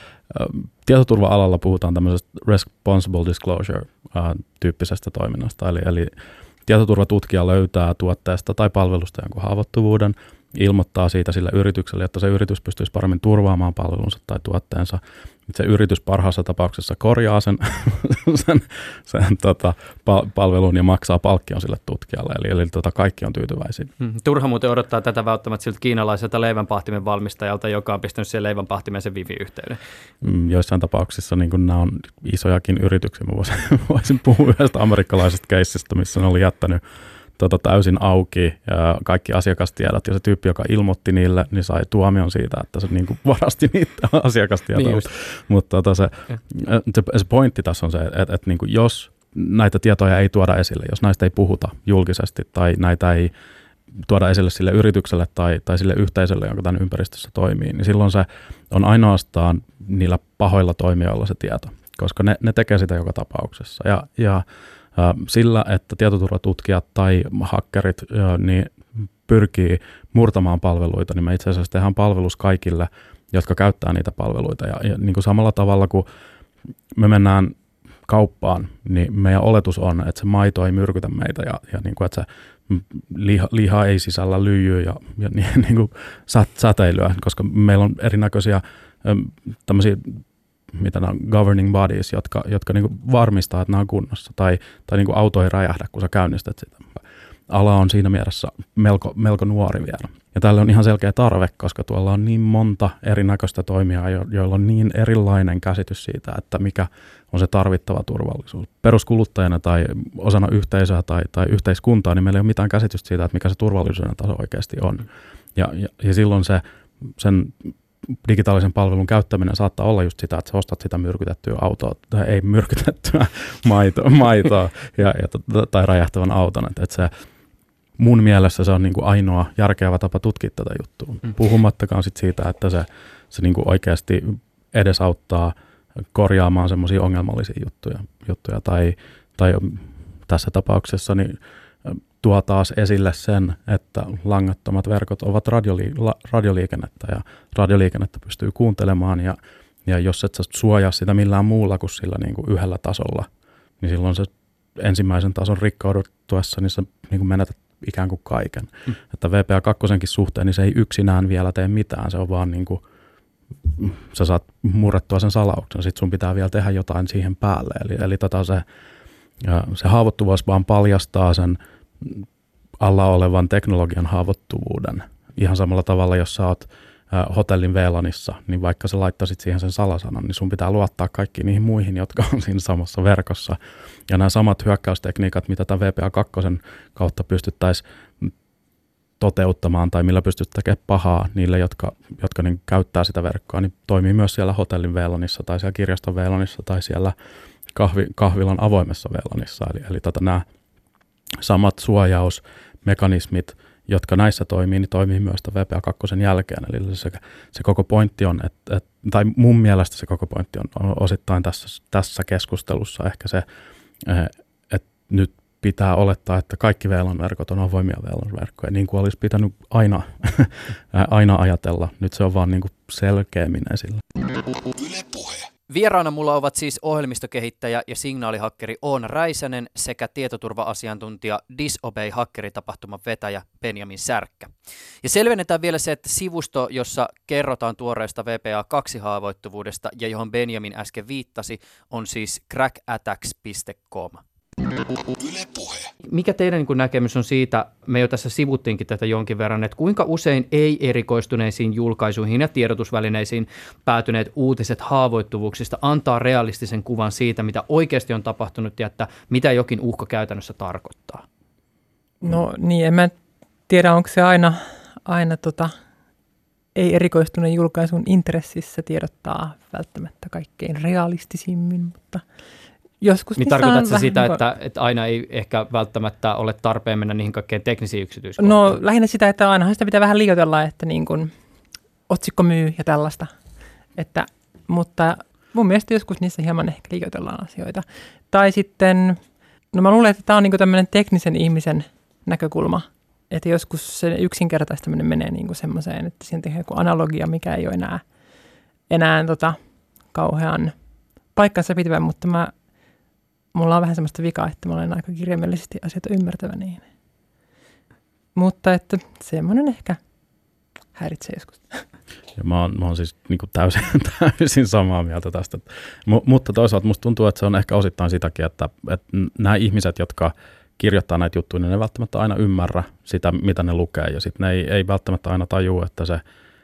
tietoturva-alalla puhutaan tämmöisestä responsible disclosure-tyyppisestä toiminnasta, eli, eli tietoturvatutkija löytää tuotteesta tai palvelusta jonkun haavoittuvuuden, ilmoittaa siitä sille yritykselle, jotta se yritys pystyisi paremmin turvaamaan palvelunsa tai tuotteensa. Se yritys parhaassa tapauksessa korjaa sen, sen, sen tota, palvelun ja maksaa palkkion sille tutkijalle, eli, eli tota, kaikki on tyytyväisiä. Hmm. Turha muuten odottaa tätä välttämättä siltä kiinalaiselta leivänpahtimen valmistajalta, joka on pistänyt sen leivänpahtimen sen Wifi-yhteyden. Joissain tapauksissa niin kun nämä on isojakin yrityksiä. Mä voisin, voisin puhua yhdestä amerikkalaisesta keissistä, missä ne oli jättänyt Tota, täysin auki ja kaikki asiakastiedot, ja se tyyppi, joka ilmoitti niille, niin sai tuomion siitä, että se niin kuin varasti niitä asiakastietoja. Niin mutta tota, se, se, se pointti tässä on se, että, että niin kuin jos näitä tietoja ei tuoda esille, jos näistä ei puhuta julkisesti tai näitä ei tuoda esille sille yritykselle tai, tai sille yhteisölle, jonka tämän ympäristössä toimii, niin silloin se on ainoastaan niillä pahoilla toimijoilla se tieto, koska ne, ne tekee sitä joka tapauksessa. Ja, ja sillä, että tietoturvatutkijat tai hakkerit niin pyrkii murtamaan palveluita, niin me itse asiassa tehdään palvelus kaikille, jotka käyttää niitä palveluita. Ja, ja niin kuin samalla tavalla, kun me mennään kauppaan, niin meidän oletus on, että se maito ei myrkytä meitä ja, ja niin kuin, että se liha, liha ei sisällä lyijyä ja, ja niin, niin kuin säteilyä, koska meillä on erinäköisiä tämmöisiä mitä nämä on governing bodies, jotka, jotka niin kuin varmistaa, että nämä on kunnossa, tai, tai niin kuin auto ei räjähdä, kun sä käynnistät sitä. Ala on siinä mielessä melko, melko nuori vielä. Ja tällä on ihan selkeä tarve, koska tuolla on niin monta erinäköistä toimijaa, joilla on niin erilainen käsitys siitä, että mikä on se tarvittava turvallisuus. Peruskuluttajana tai osana yhteisöä tai, tai yhteiskuntaa, niin meillä ei ole mitään käsitystä siitä, että mikä se turvallisuuden taso oikeasti on. Ja, ja, ja silloin se, sen digitaalisen palvelun käyttäminen saattaa olla just sitä, että sä ostat sitä myrkytettyä autoa, tai ei myrkytettyä maitoa, maitoa ja, ja, tai räjähtävän auton. Että, että se, mun mielestä se on niin kuin ainoa järkevä tapa tutkia tätä juttua. Mm. Puhumattakaan sit siitä, että se, se niin kuin oikeasti edesauttaa korjaamaan semmoisia ongelmallisia juttuja, juttuja tai, tai tässä tapauksessa niin tuo taas esille sen, että langattomat verkot ovat radioli- radioliikennettä ja radioliikennettä pystyy kuuntelemaan ja, ja jos et sä suojaa sitä millään muulla kuin sillä niin kuin yhdellä tasolla, niin silloin se ensimmäisen tason rikkouduttuessa, niin sä niin kuin menetät ikään kuin kaiken. Mm. Että V P A kaksi suhteen, niin se ei yksinään vielä tee mitään, se on vaan niin kuin, sä saat murrettua sen salauksen, sit sun pitää vielä tehdä jotain siihen päälle. Eli, eli tota se, se haavoittuvuus vaan paljastaa sen alla olevan teknologian haavoittuvuuden. Ihan samalla tavalla, jos sä oot hotellin V LANissa, niin vaikka sä laittaisit siihen sen salasanan, niin sun pitää luottaa kaikkiin niihin muihin, jotka on siinä samassa verkossa. Ja nämä samat hyökkäystekniikat, mitä tämän V P A kaksi kautta pystyttäisiin toteuttamaan tai millä pystyt tekemään pahaa niille, jotka, jotka niin käyttää sitä verkkoa, niin toimii myös siellä hotellin V LANissa tai siellä kirjaston V LANissa tai siellä kahvi, kahvilan avoimessa V LANissa. Eli, eli tota, nämä samat suojausmekanismit, jotka näissä toimii, niin toimii myös V P A kaksi jälkeen. Eli se, se koko pointti on, että, että, tai mun mielestä se koko pointti on osittain tässä, tässä keskustelussa ehkä se, että nyt pitää olettaa, että kaikki V LAN-verkot on avoimia V LAN-verkkoja, niin kuin olisi pitänyt aina, aina ajatella. Nyt se on vaan niin kuin selkeämmin esillä. Yle Puhe. Vieraana mulla ovat siis ohjelmistokehittäjä ja signaalihakkeri Oona Räisänen sekä tietoturva-asiantuntija Disobey-hakkeritapahtuman vetäjä Benjamin Särkkä. Ja selvennetään vielä se, että sivusto, jossa kerrotaan tuoreesta V P A kaksi haavoittuvuudesta ja johon Benjamin äsken viittasi, on siis crack attacks piste com. Yle Puhe. Mikä teidän niin kuin näkemys on siitä, me jo tässä sivuttiinkin tätä jonkin verran, että kuinka usein ei-erikoistuneisiin julkaisuihin ja tiedotusvälineisiin päätyneet uutiset haavoittuvuuksista antaa realistisen kuvan siitä, mitä oikeasti on tapahtunut ja että mitä jokin uhka käytännössä tarkoittaa? No niin, en mä tiedä, onko se aina, aina tota, ei-erikoistuneen julkaisun intressissä tiedottaa välttämättä kaikkein realistisimmin, mutta joskus niin tarkoitatko se sitä, että, että aina ei ehkä välttämättä ole tarpeen mennä niihin kaikkein teknisiin yksityiskohtiin? No lähinnä sitä, että ainahan sitä pitää vähän liioitella, että niin kuin otsikko myy ja tällaista. Että, mutta mun mielestä joskus niissä hieman ehkä liioitellaan asioita. Tai sitten, no mä luulen, että tämä on niin kuin tämmöinen teknisen ihmisen näkökulma. Että joskus se yksinkertaistaminen menee niin kuin semmoiseen, että siinä tehdään joku analogia, mikä ei ole enää, enää tota, kauhean paikkansa pitävä, mutta mä mulla on vähän semmoista vikaa, että mä olen aika kirjaimellisesti asioita ymmärtävä niin. Mutta että semmoinen ehkä häiritsee joskus. Ja mä oon, mä oon siis niin kuin täysin, täysin samaa mieltä tästä. M- mutta toisaalta musta tuntuu, että se on ehkä osittain sitäkin, että, että nämä ihmiset, jotka kirjoittaa näitä juttuja, niin ne välttämättä aina ymmärrä sitä, mitä ne lukee. Ja sitten ne ei, ei välttämättä aina tajua, että se,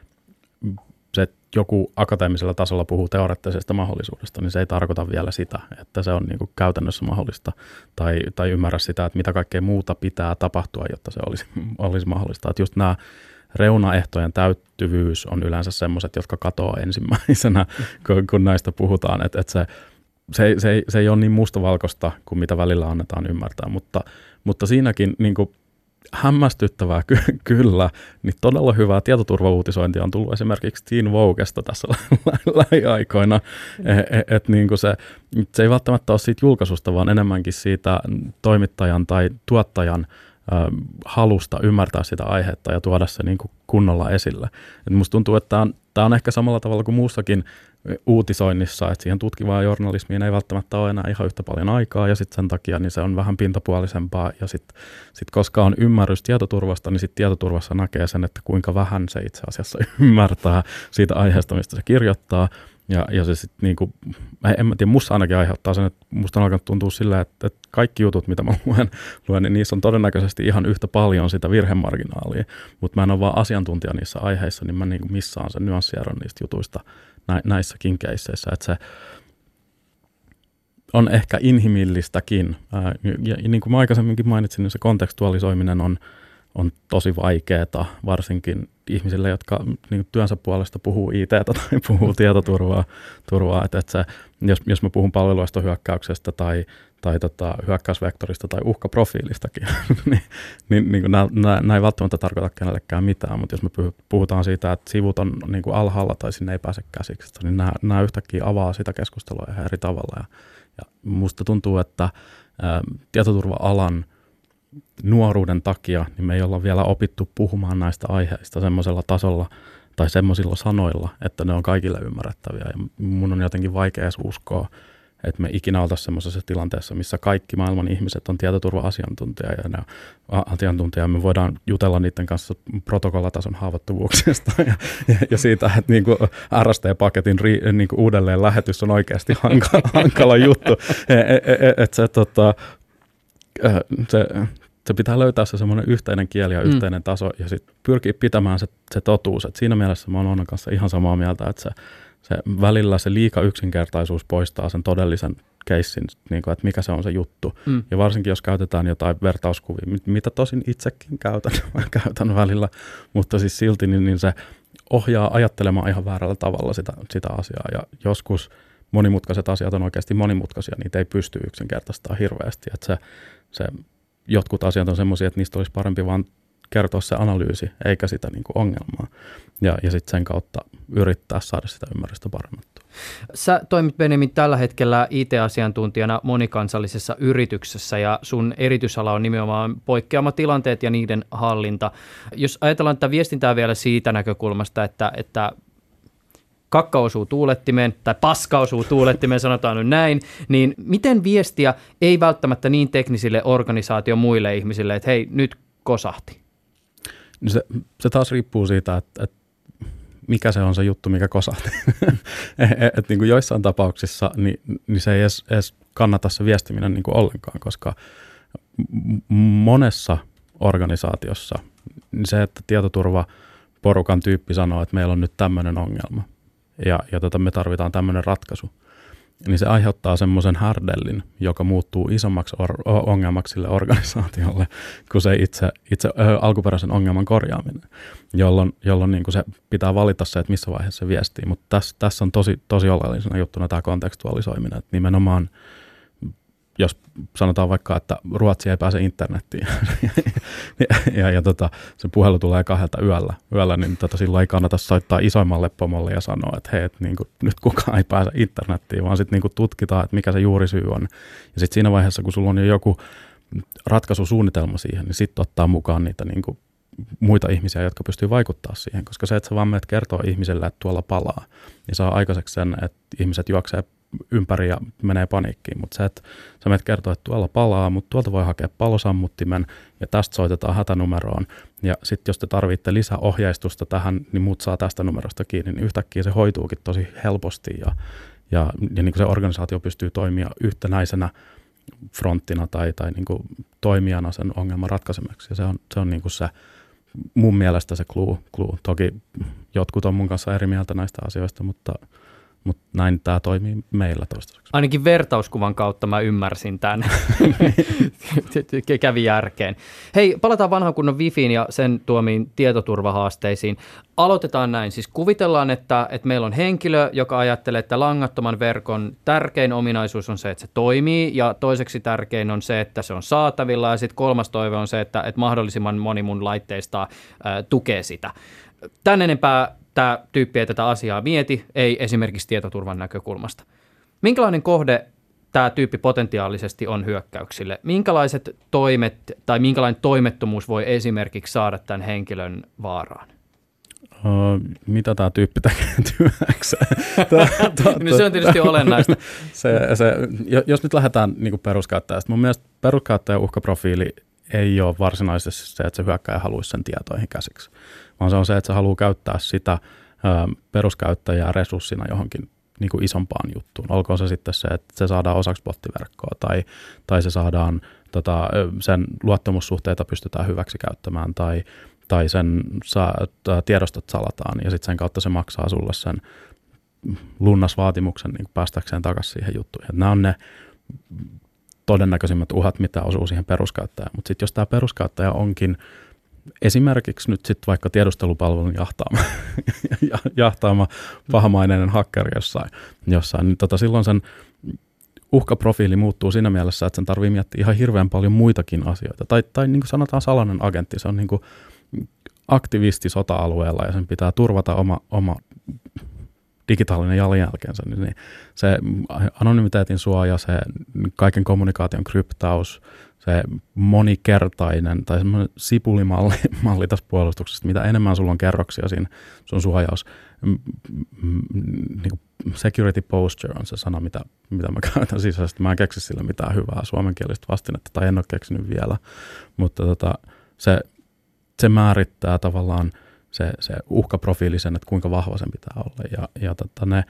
se joku akateemisella tasolla puhuu teoreettisesta mahdollisuudesta, niin se ei tarkoita vielä sitä, että se on niin kuin käytännössä mahdollista, tai, tai ymmärrä sitä, että mitä kaikkea muuta pitää tapahtua, jotta se olisi, olisi mahdollista. Että just nämä reunaehtojen täyttyvyys on yleensä semmoiset, jotka katoaa ensimmäisenä, kun, kun näistä puhutaan, että, että se, se, se, ei, se ei ole niin mustavalkoista kuin mitä välillä annetaan ymmärtää, mutta, mutta siinäkin niin kuin hämmästyttävää ky- kyllä, niin todella hyvää tietoturvauutisointia on tullut esimerkiksi Teen Vogesta tässä lähiaikoina, että et, niin se, se ei välttämättä ole siitä julkaisusta, vaan enemmänkin siitä toimittajan tai tuottajan ä, halusta ymmärtää sitä aihetta ja tuoda se niin kuin kunnolla esille. Et musta tuntuu, että tämä on, tää on ehkä samalla tavalla kuin muussakin uutisoinnissa, että siihen tutkivaan journalismiin ei välttämättä ole enää ihan yhtä paljon aikaa ja sitten sen takia niin se on vähän pintapuolisempaa ja sitten sit koska on ymmärrys tietoturvasta, niin sitten tietoturvassa näkee sen, että kuinka vähän se itse asiassa ymmärtää siitä aiheesta, mistä se kirjoittaa Ja, ja se sitten niinku, en mä tiedä, musta ainakin aiheuttaa sen, että musta on alkanut tuntua sillä, että, että kaikki jutut, mitä mä luen, luen, niin niissä on todennäköisesti ihan yhtä paljon sitä virhemarginaalia, mutta mä en ole vaan asiantuntija niissä aiheissa, niin mä niinku missaan sen nyanssieron niistä jutuista nä, näissäkin keisseissä, että se on ehkä inhimillistäkin. Ää, ja, ja niin kuin mä aikaisemminkin mainitsin, niin se kontekstualisoiminen on, on tosi vaikeaa, varsinkin ihmisille, jotka niin työnsä puolesta puhuu I T:tä tai puhuu tietoturvaa. Turvaa, että, että se, jos, jos mä puhun palveluistohyökkäyksestä tai, tai tota, hyökkäysvektorista tai uhkaprofiilistakin, niin, niin, niin nämä, nämä ei välttämättä tarkoita kenellekään mitään, mutta jos me puhutaan siitä, että sivut on niin kuin alhaalla tai sinne ei pääse käsiksi, niin nämä, nämä yhtäkkiä avaa sitä keskustelua ihan eri tavalla. Ja, ja musta tuntuu, että ä, tietoturva-alan nuoruuden takia niin me ei olla vielä opittu puhumaan näistä aiheista semmoisella tasolla tai semmoisilla sanoilla, että ne on kaikille ymmärrettäviä. Ja mun on jotenkin vaikea edes uskoa, että me ikinä oltaisiin semmoisessa tilanteessa, missä kaikki maailman ihmiset on tietoturva-asiantuntija ja ne asiantuntija, me voidaan jutella niiden kanssa protokollatason haavoittuvuuksista ja, ja, ja siitä, että niin kuin R S T-paketin ri, niin kuin uudelleen lähetys on oikeasti hankala, hankala juttu. Että se, tota, se, se pitää löytää se semmoinen yhteinen kieli ja yhteinen mm. taso ja sitten pyrkiä pitämään se, se totuus. Et siinä mielessä mä oon Onnan kanssa ihan samaa mieltä, että se, se välillä se liika yksinkertaisuus poistaa sen todellisen keissin, niin kuin, että mikä se on se juttu. Mm. Ja varsinkin jos käytetään jotain vertauskuvia, mitä tosin itsekin käytän, käytän välillä, mutta siis silti niin, niin se ohjaa ajattelemaan ihan väärällä tavalla sitä, sitä asiaa. Ja joskus monimutkaiset asiat on oikeasti monimutkaisia, niitä ei pysty yksinkertaistamaan hirveästi. Että se, se, jotkut asiat on semmoisia, että niistä olisi parempi vaan kertoa se analyysi, eikä sitä niin kuin ongelmaa. Ja, ja sitten sen kautta yrittää saada sitä ymmärrystä parannettua. Sä toimit, Benjamin, tällä hetkellä I T-asiantuntijana monikansallisessa yrityksessä ja sun erityisala on nimenomaan poikkeamatilanteet ja niiden hallinta. Jos ajatellaan tätä viestintää vielä siitä näkökulmasta, että, että kakka osuu tuulettimeen tai paska osuu tuulettimeen, sanotaan nyt näin, niin miten viestiä ei välttämättä niin teknisille organisaation muille ihmisille, että hei, nyt kosahti? Se, se taas riippuu siitä, että, että mikä se on se juttu, mikä kosahti. et, et, niin kuin joissain tapauksissa niin, niin se ei edes, edes kannata se viestiminen niin kuin ollenkaan, koska monessa organisaatiossa niin se, että tietoturvaporukan tyyppi sanoo, että meillä on nyt tämmöinen ongelma ja, ja tota, me tarvitaan tämmöinen ratkaisu, niin se aiheuttaa semmoisen härdellin, joka muuttuu isommaksi or- ongelmaksi sille organisaatiolle kuin se itse, itse ö, alkuperäisen ongelman korjaaminen, jolloin, jolloin niin kuin se pitää valita se, että missä vaiheessa se viestii. Mutta tässä, tässä on tosi, tosi oleellisena juttuna tämä kontekstualisoiminen, että nimenomaan jos sanotaan vaikka, että Ruotsi ei pääse internettiin ja, ja, ja tota, se puhelu tulee kahdelta yöllä, yöllä niin tota, silloin ei kannata soittaa isoimmalle pomolle ja sanoa, että hei, et, niin kuin, nyt kukaan ei pääse internettiin, vaan sitten niin tutkitaan, että mikä se juurisyy on. Ja sitten siinä vaiheessa, kun sulla on jo joku ratkaisusuunnitelma siihen, niin sitten ottaa mukaan niitä niin kuin, muita ihmisiä, jotka pystyy vaikuttaa siihen, koska se, että sä vaan menet kertoo ihmiselle, että tuolla palaa, niin saa aikaiseksi sen, että ihmiset juoksee ympäri ja menee paniikkiin, mutta se, että sä menet kertoa, että tuolla palaa, mutta tuolta voi hakea palosammuttimen ja tästä soitetaan hätänumeroon ja sitten jos te tarvitte lisää ohjeistusta tähän, niin muut saa tästä numerosta kiinni, niin yhtäkkiä se hoituukin tosi helposti ja, ja, ja niin kuin se organisaatio pystyy toimia yhtenäisenä fronttina tai, tai niin kuin toimijana sen ongelman ratkaisemiseksi ja se on, se on niin kuin se mun mielestä se clue, clue. Toki jotkut on mun kanssa eri mieltä näistä asioista, mutta Mutta näin tämä toimii meillä toistaiseksi. Ainakin vertauskuvan kautta mä ymmärsin tämän. Kävi järkeen. Hei, palataan vanhan kunnon wifiin ja sen tuomiin tietoturvahaasteisiin. Aloitetaan näin. Siis kuvitellaan, että, että meillä on henkilö, joka ajattelee, että langattoman verkon tärkein ominaisuus on se, että se toimii ja toiseksi tärkein on se, että se on saatavilla ja sitten kolmas toive on se, että, että mahdollisimman moni mun laitteista ää, tukee sitä. Tän enempää tämä tyyppi ei tätä asiaa mieti, ei esimerkiksi tietoturvan näkökulmasta. Minkälainen kohde tämä tyyppi potentiaalisesti on hyökkäyksille? Minkälaiset toimet tai minkälainen toimettomuus voi esimerkiksi saada tämän henkilön vaaraan? Uh, mitä tämä tyyppi tekee työkseen? No se on tietysti olennaista. se, se, jos nyt lähdetään niin kuin peruskäyttäjästä, mun mielestä peruskäyttäjän uhkaprofiili ei ole varsinaisesti se, että se hyökkäjä haluaisi sen tietoihin käsiksi, vaan se on se, että se haluaa käyttää sitä ö, peruskäyttäjää resurssina johonkin niin kuin isompaan juttuun. Olkoon se sitten se, että se saadaan osaksi bottiverkkoa tai, tai se saadaan, tota, sen luottamussuhteita pystytään hyväksi käyttämään tai, tai sen saa, tiedostot salataan ja sitten sen kautta se maksaa sulle sen lunnasvaatimuksen niin päästäkseen takaisin siihen juttuun. Et nämä on ne todennäköisimmät uhat, mitä osuu siihen peruskäyttäjään. Mutta sitten jos tämä peruskäyttäjä onkin esimerkiksi nyt sitten vaikka tiedustelupalvelun jahtaama, jahtaama pahamaineinen hakkeri jossain, jossain niin tota silloin sen uhkaprofiili muuttuu siinä mielessä, että sen tarvii miettiä ihan hirveän paljon muitakin asioita. Tai, tai niin kuin sanotaan salainen agentti, se on niin kuin aktivisti sota-alueella ja sen pitää turvata oma, oma digitaalinen jalanjälkensä. Niin se anonymiteetin suoja, se kaiken kommunikaation kryptaus, se monikertainen tai semmoinen sipulimalli malli tässä puolustuksessa, mitä enemmän sulla on kerroksia siinä sun suojaus. Niin kuin security posture on se sana, mitä, mitä mä käytän sisäisesti. Mä en keksi sille mitään hyvää suomenkielistä vastinetta tai en ole keksinyt vielä, mutta tota, se, se määrittää tavallaan se, se uhkaprofiili sen, että kuinka vahva sen pitää olla. Ja, ja tota, ne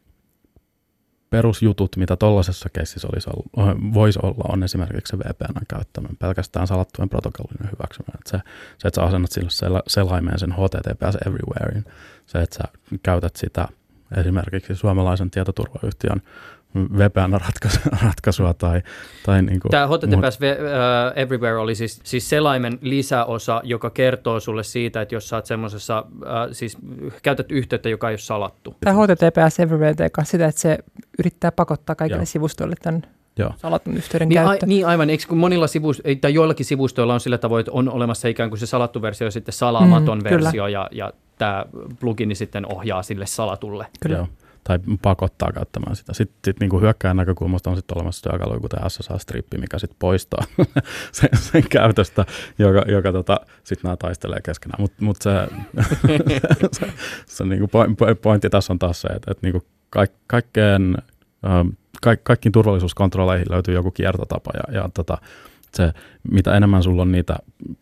perusjutut, mitä tuollaisessa keississä olisi ollut, voisi olla, on esimerkiksi se V P N:n käyttäminen, pelkästään salattujen protokollinen hyväksyminen. Että se, se, että sä asennat sille selaimeen sen H T T P S Everywherein, se, että sä käytät sitä esimerkiksi suomalaisen tietoturvayhtiön V P N-ratkaisua tai, tai niin kuin Tämä H T T P S uh, Everywhere oli siis, siis selaimen lisäosa, joka kertoo sulle siitä, että jos sä oot semmoisessa, uh, siis käytät yhteyttä, joka ei ole salattu. Tämä H T T P S Everywhere tekee sitä, että se yrittää pakottaa kaikille Joo. sivustoille tämän Joo. salatun yhteyden niin, käyttö. A, niin aivan, eikö kun monilla sivustoilla, tai joillakin sivustoilla on sillä tavoin, että on olemassa ikään kuin se salattu versio ja sitten salaamaton mm, versio ja, ja tämä plugini sitten ohjaa sille salatulle. Kyllä. Joo. Tai pakottaa käyttämään sitä. Sitten sit niinku hyökkääjän näkökulmasta on sitten olemassa työkalu, kuten S S H-strippi, mikä sitten poistaa sen, sen käytöstä, joka, joka tota, sitten nämä taistelee keskenään. Mutta mut se, se, se niinku pointti tässä on taas se, että et niinku kaik, kaikkeen, ka, kaikkiin turvallisuuskontrolleihin löytyy joku kiertotapa. Ja, ja tota, se, mitä enemmän sulla on niitä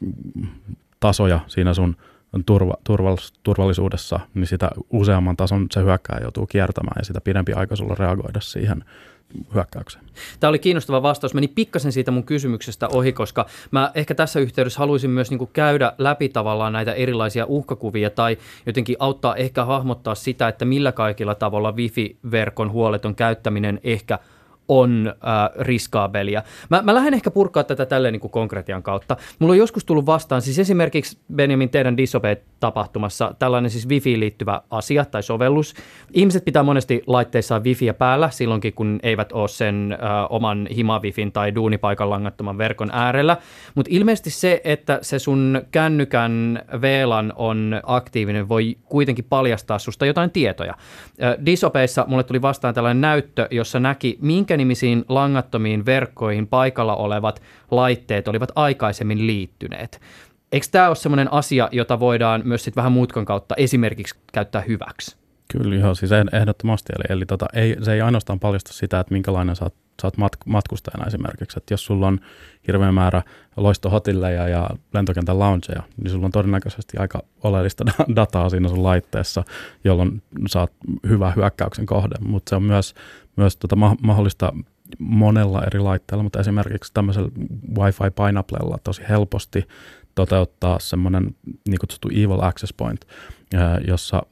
tasoja siinä sun Turva, turvallis, turvallisuudessa, niin sitä useamman tason se hyökkääjä joutuu kiertämään ja sitä pidempi aika sulla reagoida siihen hyökkäykseen. Tämä oli kiinnostava vastaus. Meni pikkasen siitä mun kysymyksestä ohi, koska mä ehkä tässä yhteydessä haluaisin myös niin kuin käydä läpi tavallaan näitä erilaisia uhkakuvia tai jotenkin auttaa ehkä hahmottaa sitä, että millä kaikilla tavalla wifi-verkon huoleton käyttäminen ehkä on äh, riskaabelia. Mä, mä lähden ehkä purkaa tätä tälleen niin kuin konkretian kautta. Mulla on joskus tullut vastaan, siis esimerkiksi Benjamin teidän Disobey-tapahtumassa tällainen siis wifiin liittyvä asia tai sovellus. Ihmiset pitää monesti laitteissaan wifiä päällä silloinkin, kun eivät ole sen äh, oman hima-wifin tai duunipaikan langattoman verkon äärellä. Mutta ilmeisesti se, että se sun kännykän V LAN on aktiivinen, voi kuitenkin paljastaa susta jotain tietoja. Äh, Disobeyssa mulle tuli vastaan tällainen näyttö, jossa näki, minkä nimisiin langattomiin verkkoihin paikalla olevat laitteet olivat aikaisemmin liittyneet. Eikö tämä ole sellainen asia, jota voidaan myös sit vähän mutkan kautta esimerkiksi käyttää hyväksi? Kyllä, joo, siis ehdottomasti. Eli, eli tota, ei, se ei ainoastaan paljasta sitä, että minkälainen sä oot, sä oot matk- matkustajana esimerkiksi. Että jos sulla on hirveä määrä loistohotilleja ja lentokentän loungeja, niin sulla on todennäköisesti aika oleellista dataa siinä sun laitteessa, jolloin sä oot hyvä hyökkäyksen kohde. Mutta se on myös, myös tota ma- mahdollista monella eri laitteella, mutta esimerkiksi tämmöisellä Wi-Fi Pineapplella tosi helposti toteuttaa semmoinen niin kutsuttu Evil Access Point, jossa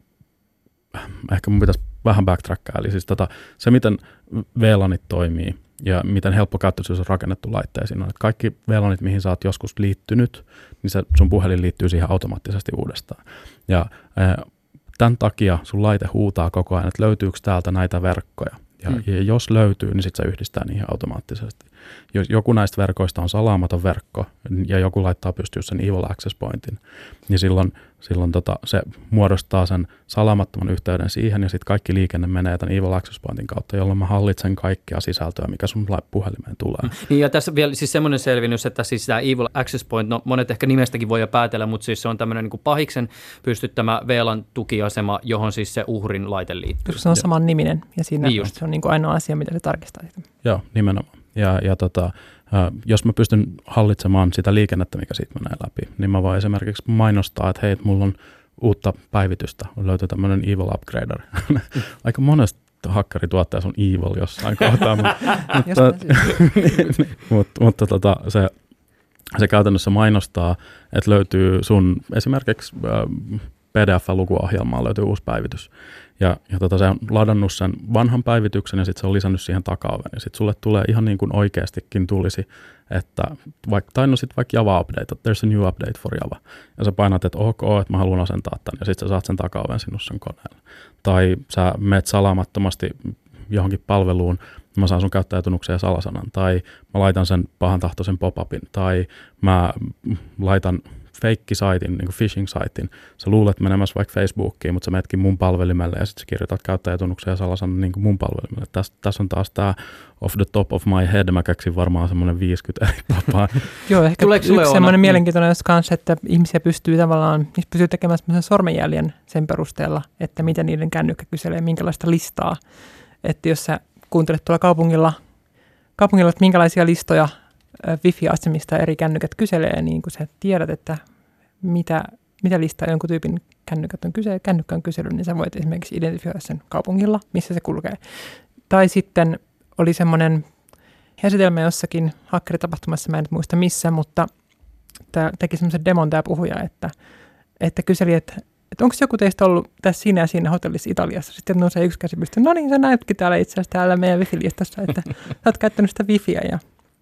ehkä mun pitäisi vähän backtrackaa, eli siis tota, se, miten V LANit toimii ja miten helppokäyttöisyys on rakennettu laitteisiin on, että kaikki V LANit, mihin sä oot joskus liittynyt, niin se sun puhelin liittyy siihen automaattisesti uudestaan. Ja ää, tämän takia sun laite huutaa koko ajan, että löytyykö täältä näitä verkkoja. Ja, hmm. ja jos löytyy, niin sitten se yhdistää niihin automaattisesti. Jos joku näistä verkoista on salaamaton verkko ja joku laittaa pystyyn sen Evil Access Pointin, niin silloin, silloin tota, se muodostaa sen salaamattoman yhteyden siihen ja sitten kaikki liikenne menee tämän Evil Access Pointin kautta, jolloin mä hallitsen kaikkea sisältöä, mikä sun puhelimeen tulee. Niin ja tässä vielä siis semmoinen selvennys, että siis tämä Evil Access Point, no monet ehkä nimestäkin voi jo päätellä, mutta siis se on tämmöinen niin kuin pahiksen pystyttämä V LAN tukiasema, johon siis se uhrin laite liittyy. Se on saman niminen ja siinä niin se on niin kuin ainoa asia, mitä se tarkistaa. Joo, nimenomaan. Ja, ja tota, jos mä pystyn hallitsemaan sitä liikennettä, mikä siitä menee läpi, niin mä voin esimerkiksi mainostaa, että hei, mulla on uutta päivitystä, löytyy tämmöinen Evil Upgrader. Aika monesta hakkerituottaja on evil jossain kohtaa, mutta, mutta, mutta, mutta tota, se, se käytännössä mainostaa, että löytyy sun esimerkiksi P D F-lukuohjelmaan löytyy uusi päivitys. Ja, ja tota, se on ladannut sen vanhan päivityksen ja sitten se on lisännyt siihen takaoven. Ja sitten sulle tulee ihan niin kuin oikeastikin tulisi, että vaikka, tai no sitten vaikka Java update, there's a new update for Java. Ja sä painat, että ok, että mä haluan asentaa tämän ja sitten sä saat sen takaoven sinun sen koneelle. Tai sä meet salaamattomasti johonkin palveluun, mä saan sun käyttäjätunnuksen ja salasanan. Tai mä laitan sen pahantahtoisen pop-upin. Tai mä laitan feikkisaitin, niin kuin phishing-saitin. Sä luulet menemässä vaikka Facebookiin, mutta sä menetkin mun palvelimelle ja sitten sä kirjoitat käyttäjätunnuksen ja salasanan niin kuin mun palvelimelle. Tässä täs on taas tämä off the top of my head. Mä keksin varmaan semmoinen viisikymmentä eri tapaa. Joo, ehkä yksi semmoinen mielenkiintoinen olisi kanssa, että ihmisiä pystyy tavallaan, niistä pystyy tekemään semmoisen sormenjäljen sen perusteella, että mitä niiden kännykkä kyselee, minkälaista listaa. Että jos sä kuuntelet tuolla kaupungilla, kaupungilla että minkälaisia listoja Wi-Fi-asemista eri kännykät kyselee, niin kun sä tiedät, että mitä, mitä listaa jonkun tyypin kännykät on kyse, kännykkä on kysely, niin sä voit esimerkiksi identifioida sen kaupungilla, missä se kulkee. Tai sitten oli semmoinen esitelmä jossakin hakkeritapahtumassa, mä en nyt muista missä, mutta tämä teki semmoisen demon tämä puhuja, että, että kyseli, että, että onko joku teistä ollut tässä siinä ja siinä hotellissa Italiassa. Sitten no se yksi käsi pystyi, no niin, sä näytkin täällä itse asiassa täällä meidän Wi-Fi-listassa, että sä oot käyttänyt sitä Wi-Fiä ja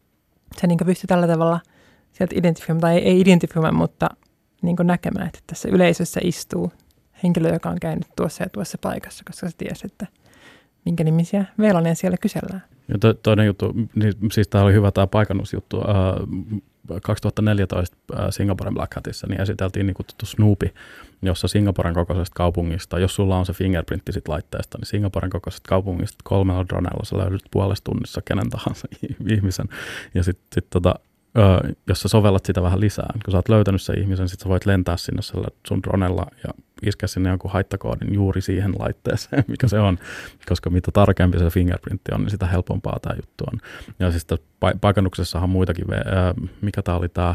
se niin pystyy tällä tavalla sieltä identifioimaan, tai ei, ei identifioimaan, mutta niin näkemään, että tässä yleisössä istuu henkilö, joka on käynyt tuossa ja tuossa paikassa, koska se tiesi, että minkä nimisiä V LANeja siellä kysellään. Ja to, toinen juttu, niin, siis tämä oli hyvä tämä paikannusjuttu. Uh, kaksituhattaneljätoista uh, Singaporen Black Hatissa niin esiteltiin niin kutsuttu Snoopy, jossa Singaporen kokoisesta kaupungista, jos sulla on se fingerprintti sit laitteesta, niin Singaporen kokoisesta kaupungista kolmella dronella sä löydät puolesta tunnissa kenen tahansa ihmisen. Ja sitten sit, tota, uh, jos sä sovellat sitä vähän lisää, kun sä oot löytänyt sen ihmisen, sit sä voit lentää sinne sun dronella ja iskeä sinne jonkun haittakoodin juuri siihen laitteeseen, mikä se on, koska mitä tarkempi se fingerprintti on, niin sitä helpompaa tämä juttu on. Ja siis paikannuksessahan muitakin, mikä tämä oli tämä,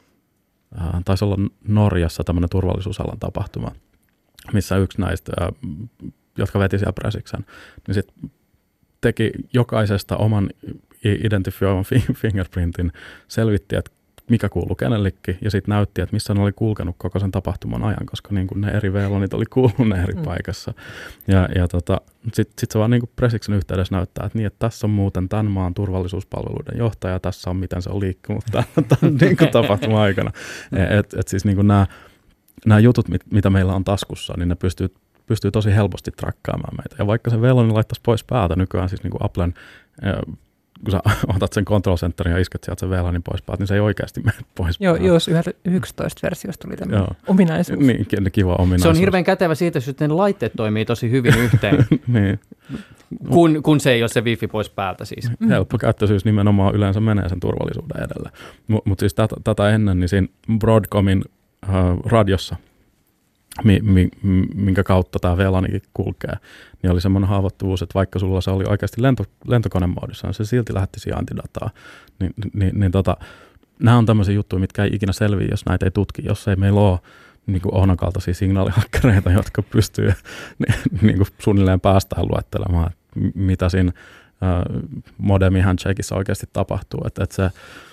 taisi olla Norjassa tämmöinen turvallisuusalan tapahtuma, missä yksi näistä, jotka veti siellä Presiksen, niin sitten teki jokaisesta oman identifioivan fingerprintin, selvitti, että mikä kuului kenellekin, ja sitten näytti, että missä ne oli kulkenut koko sen tapahtuman ajan, koska niin ne eri V LANit oli kuullut ne eri mm. paikassa. Ja, ja tota, sitten sit se vaan niin Presiksen yhteydessä näyttää, että, niin, että tässä on muuten tämän maan turvallisuuspalveluiden johtaja, tässä on miten se on liikkunut tämän, tämän niin tapahtuman aikana. Että et siis niin nämä jutut, mit, mitä meillä on taskussa, niin ne pystyy, pystyy tosi helposti trakkaamaan meitä. Ja vaikka se V LAN laittaisi pois päältä nykyään, siis niin kuin Applen kun sä otat sen control centerin ja isket sieltä sen V LANin pois päältä, niin se ei oikeasti mene pois Joo, jos yksitoista versiosta tuli tämmöinen ominaisuus. Niin, kiva ominaisuus. Se on hirveän kätevä siitä, että ne laitteet toimii tosi hyvin yhteen, niin. kun, kun se ei ole se wifi pois päältä siis. Mm. Helppo käyttöisyys nimenomaan yleensä menee sen turvallisuuden edellä. Mutta mut siis tätä, tätä ennen, niin siinä Broadcomin äh, radiossa, mi, mi, minkä kautta tämä V LANikin kulkee, niin oli semmoinen haavoittuvuus, että vaikka sulla se oli oikeasti lento, lentokonemoodissa, niin se silti lähetti sijaintidataa. Niin, niin, niin tota, nämä on tämmöisiä juttuja, mitkä ei ikinä selviä, jos näitä ei tutki, jos ei meillä ole niin kuin Ohnan kaltaisia signaalihakkereita, jotka pystyy niin, niin kuin suunnilleen päästään luettelemaan, mitä siinä äh, modemi handshakeissa oikeasti tapahtuu. Että, että se,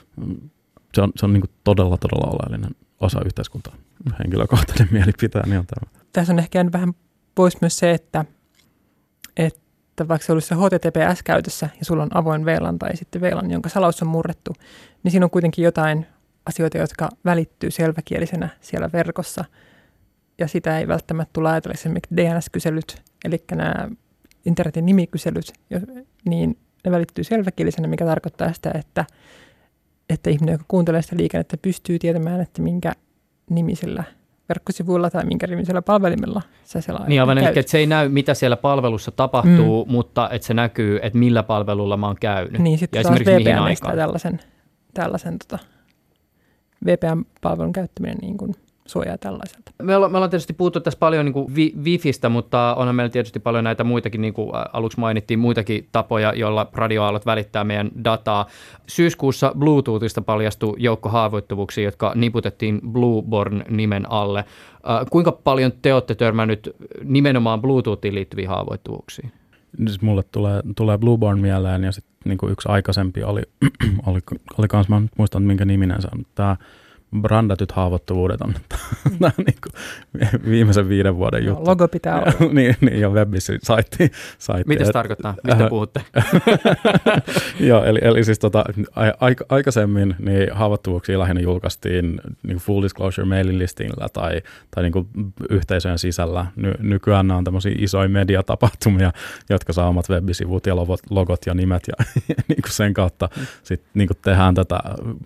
se on, se on niin kuin todella, todella oleellinen osa yhteiskuntaa. Henkilökohtainen mielipiteeni on tämä. Tässä on ehkä jäänyt vähän pois myös se, että, että vaikka se olisi se H T T P S käytössä ja sulla on avoin V LAN tai sitten V LAN, jonka salaus on murrettu, niin siinä on kuitenkin jotain asioita, jotka välittyy selväkielisenä siellä verkossa. Ja sitä ei välttämättä tule ajatella esimerkiksi D N S-kyselyt, eli nämä internetin nimikyselyt, niin ne välittyy selväkielisenä, mikä tarkoittaa sitä, että, että ihminen, joka kuuntelee sitä liikennettä, pystyy tietämään, että minkä nimisellä verkkosivuilla tai minkä nimisellä palvelimella sä siellä Niin aivan, eli että se ei näy, mitä siellä palvelussa tapahtuu, mm. mutta että se näkyy, että millä palvelulla mä oon käynyt. Niin, sitten taas V P N:stä tällaisen, tällaisen tota, V P N-palvelun käyttäminen niin kuin suojaa tällaiselta. Me ollaan, me ollaan tietysti puhuttu tässä paljon niin kuin wi- Wifistä, mutta onhan meillä tietysti paljon näitä muitakin, niin kuin aluksi mainittiin, muitakin tapoja, joilla radioaallot välittää meidän dataa. Syyskuussa Bluetoothista paljastui joukko haavoittuvuuksia, jotka niputettiin Blueborn-nimen alle. Äh, kuinka paljon te olette törmännyt nimenomaan Bluetoothiin liittyviin haavoittuvuuksiin? siis mulle tulee, tulee Blueborn mieleen ja sitten niinku yksi aikaisempi oli, oli, oli kans, mä en muistan minkä niminen se on, tämä brandatyt haavoittuvuudet on tämä niinku viimeisen viiden vuoden juttu. Logo pitää olla. niin, niin, ja Webissä saitti. saitti Mitä se tarkoittaa? Mistä puhutte? Joo, eli, eli siis tota, aika, aikaisemmin niin haavoittuvuuksia lähinnä julkaistiin niin full disclosure mailing listillä tai, tai niin yhteisöjen sisällä. Ny, nykyään nämä on tämmöisiä isoja mediatapahtumia, jotka saa omat web-sivut ja logot, logot ja nimet ja niin sen kautta mm. sit, niin tehdään tätä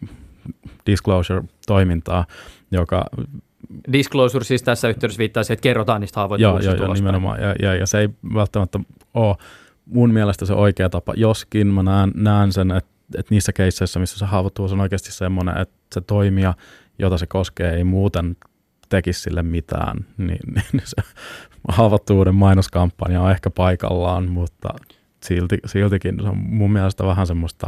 disclosure-toimintaa, joka... Disclosure siis tässä yhteydessä viittaa siihen, että kerrotaan niistä haavoittuvuuksista. Joo, joo, joo nimenomaan. Ja, ja, ja se ei välttämättä ole mun mielestä se oikea tapa, joskin mä näen, näen sen, että, että niissä keisseissä, missä se haavoittuvuus on oikeasti semmoinen, että se toimija, jota se koskee, ei muuten tekisi sille mitään, niin, niin se haavoittuvuuden mainoskampanja on ehkä paikallaan, mutta silti, siltikin se on mun mielestä vähän semmoista...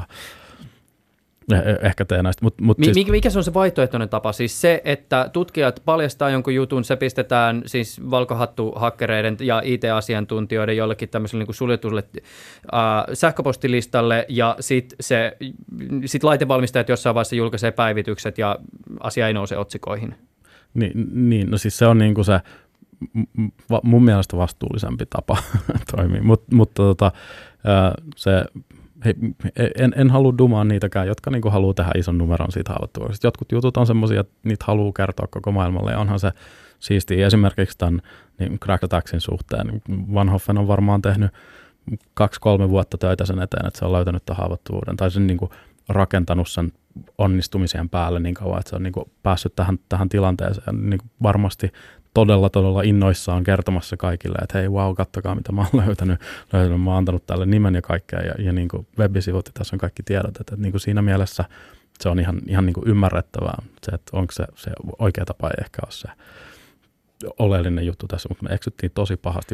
Ehkä tee näistä. Mut, mut Mi- siis... Mikä se on se vaihtoehtoinen tapa? Siis se, että tutkijat paljastaa jonkun jutun, se pistetään siis valkohattuhakkereiden ja I T-asiantuntijoiden jollekin tämmöiselle niin kuin suljetulle äh, sähköpostilistalle, ja sitten sit laitevalmistajat jossain vaiheessa julkaisee päivitykset, ja asia ei nouse otsikoihin. Niin, niin no siis se on niin kuin se mun mielestä vastuullisempi tapa toimia, Mut, mutta tota, se... Hei, en, en halua dumaa niitäkään, jotka niinku haluaa tehdä ison numeron siitä haavoittuvuudesta. Jotkut jutut on semmoisia, että niitä haluaa kertoa koko maailmalle, ja onhan se siistiä. Esimerkiksi tämän niin Crack Attacksin suhteen. Van Hoffen on varmaan tehnyt kaksi-kolme vuotta töitä sen eteen, että se on löytänyt tämän haavoittuvuuden, tai sen niinku rakentanut sen onnistumisien päälle niin kauan, että se on niinku päässyt tähän, tähän tilanteeseen niinku varmasti todella, todella innoissaan kertomassa kaikille, että hei, wow, kattokaa mitä mä oon löytänyt. löytänyt. Mä oon antanut tälle nimen ja kaikkea, ja, ja niin kuin web-sivut, ja tässä on kaikki tiedot. Että, että niin kuin siinä mielessä se on ihan, ihan niin kuin ymmärrettävää, se, että onko se, se oikea tapa, ei ehkä ole se oleellinen juttu tässä, mutta me eksyttiin tosi pahasti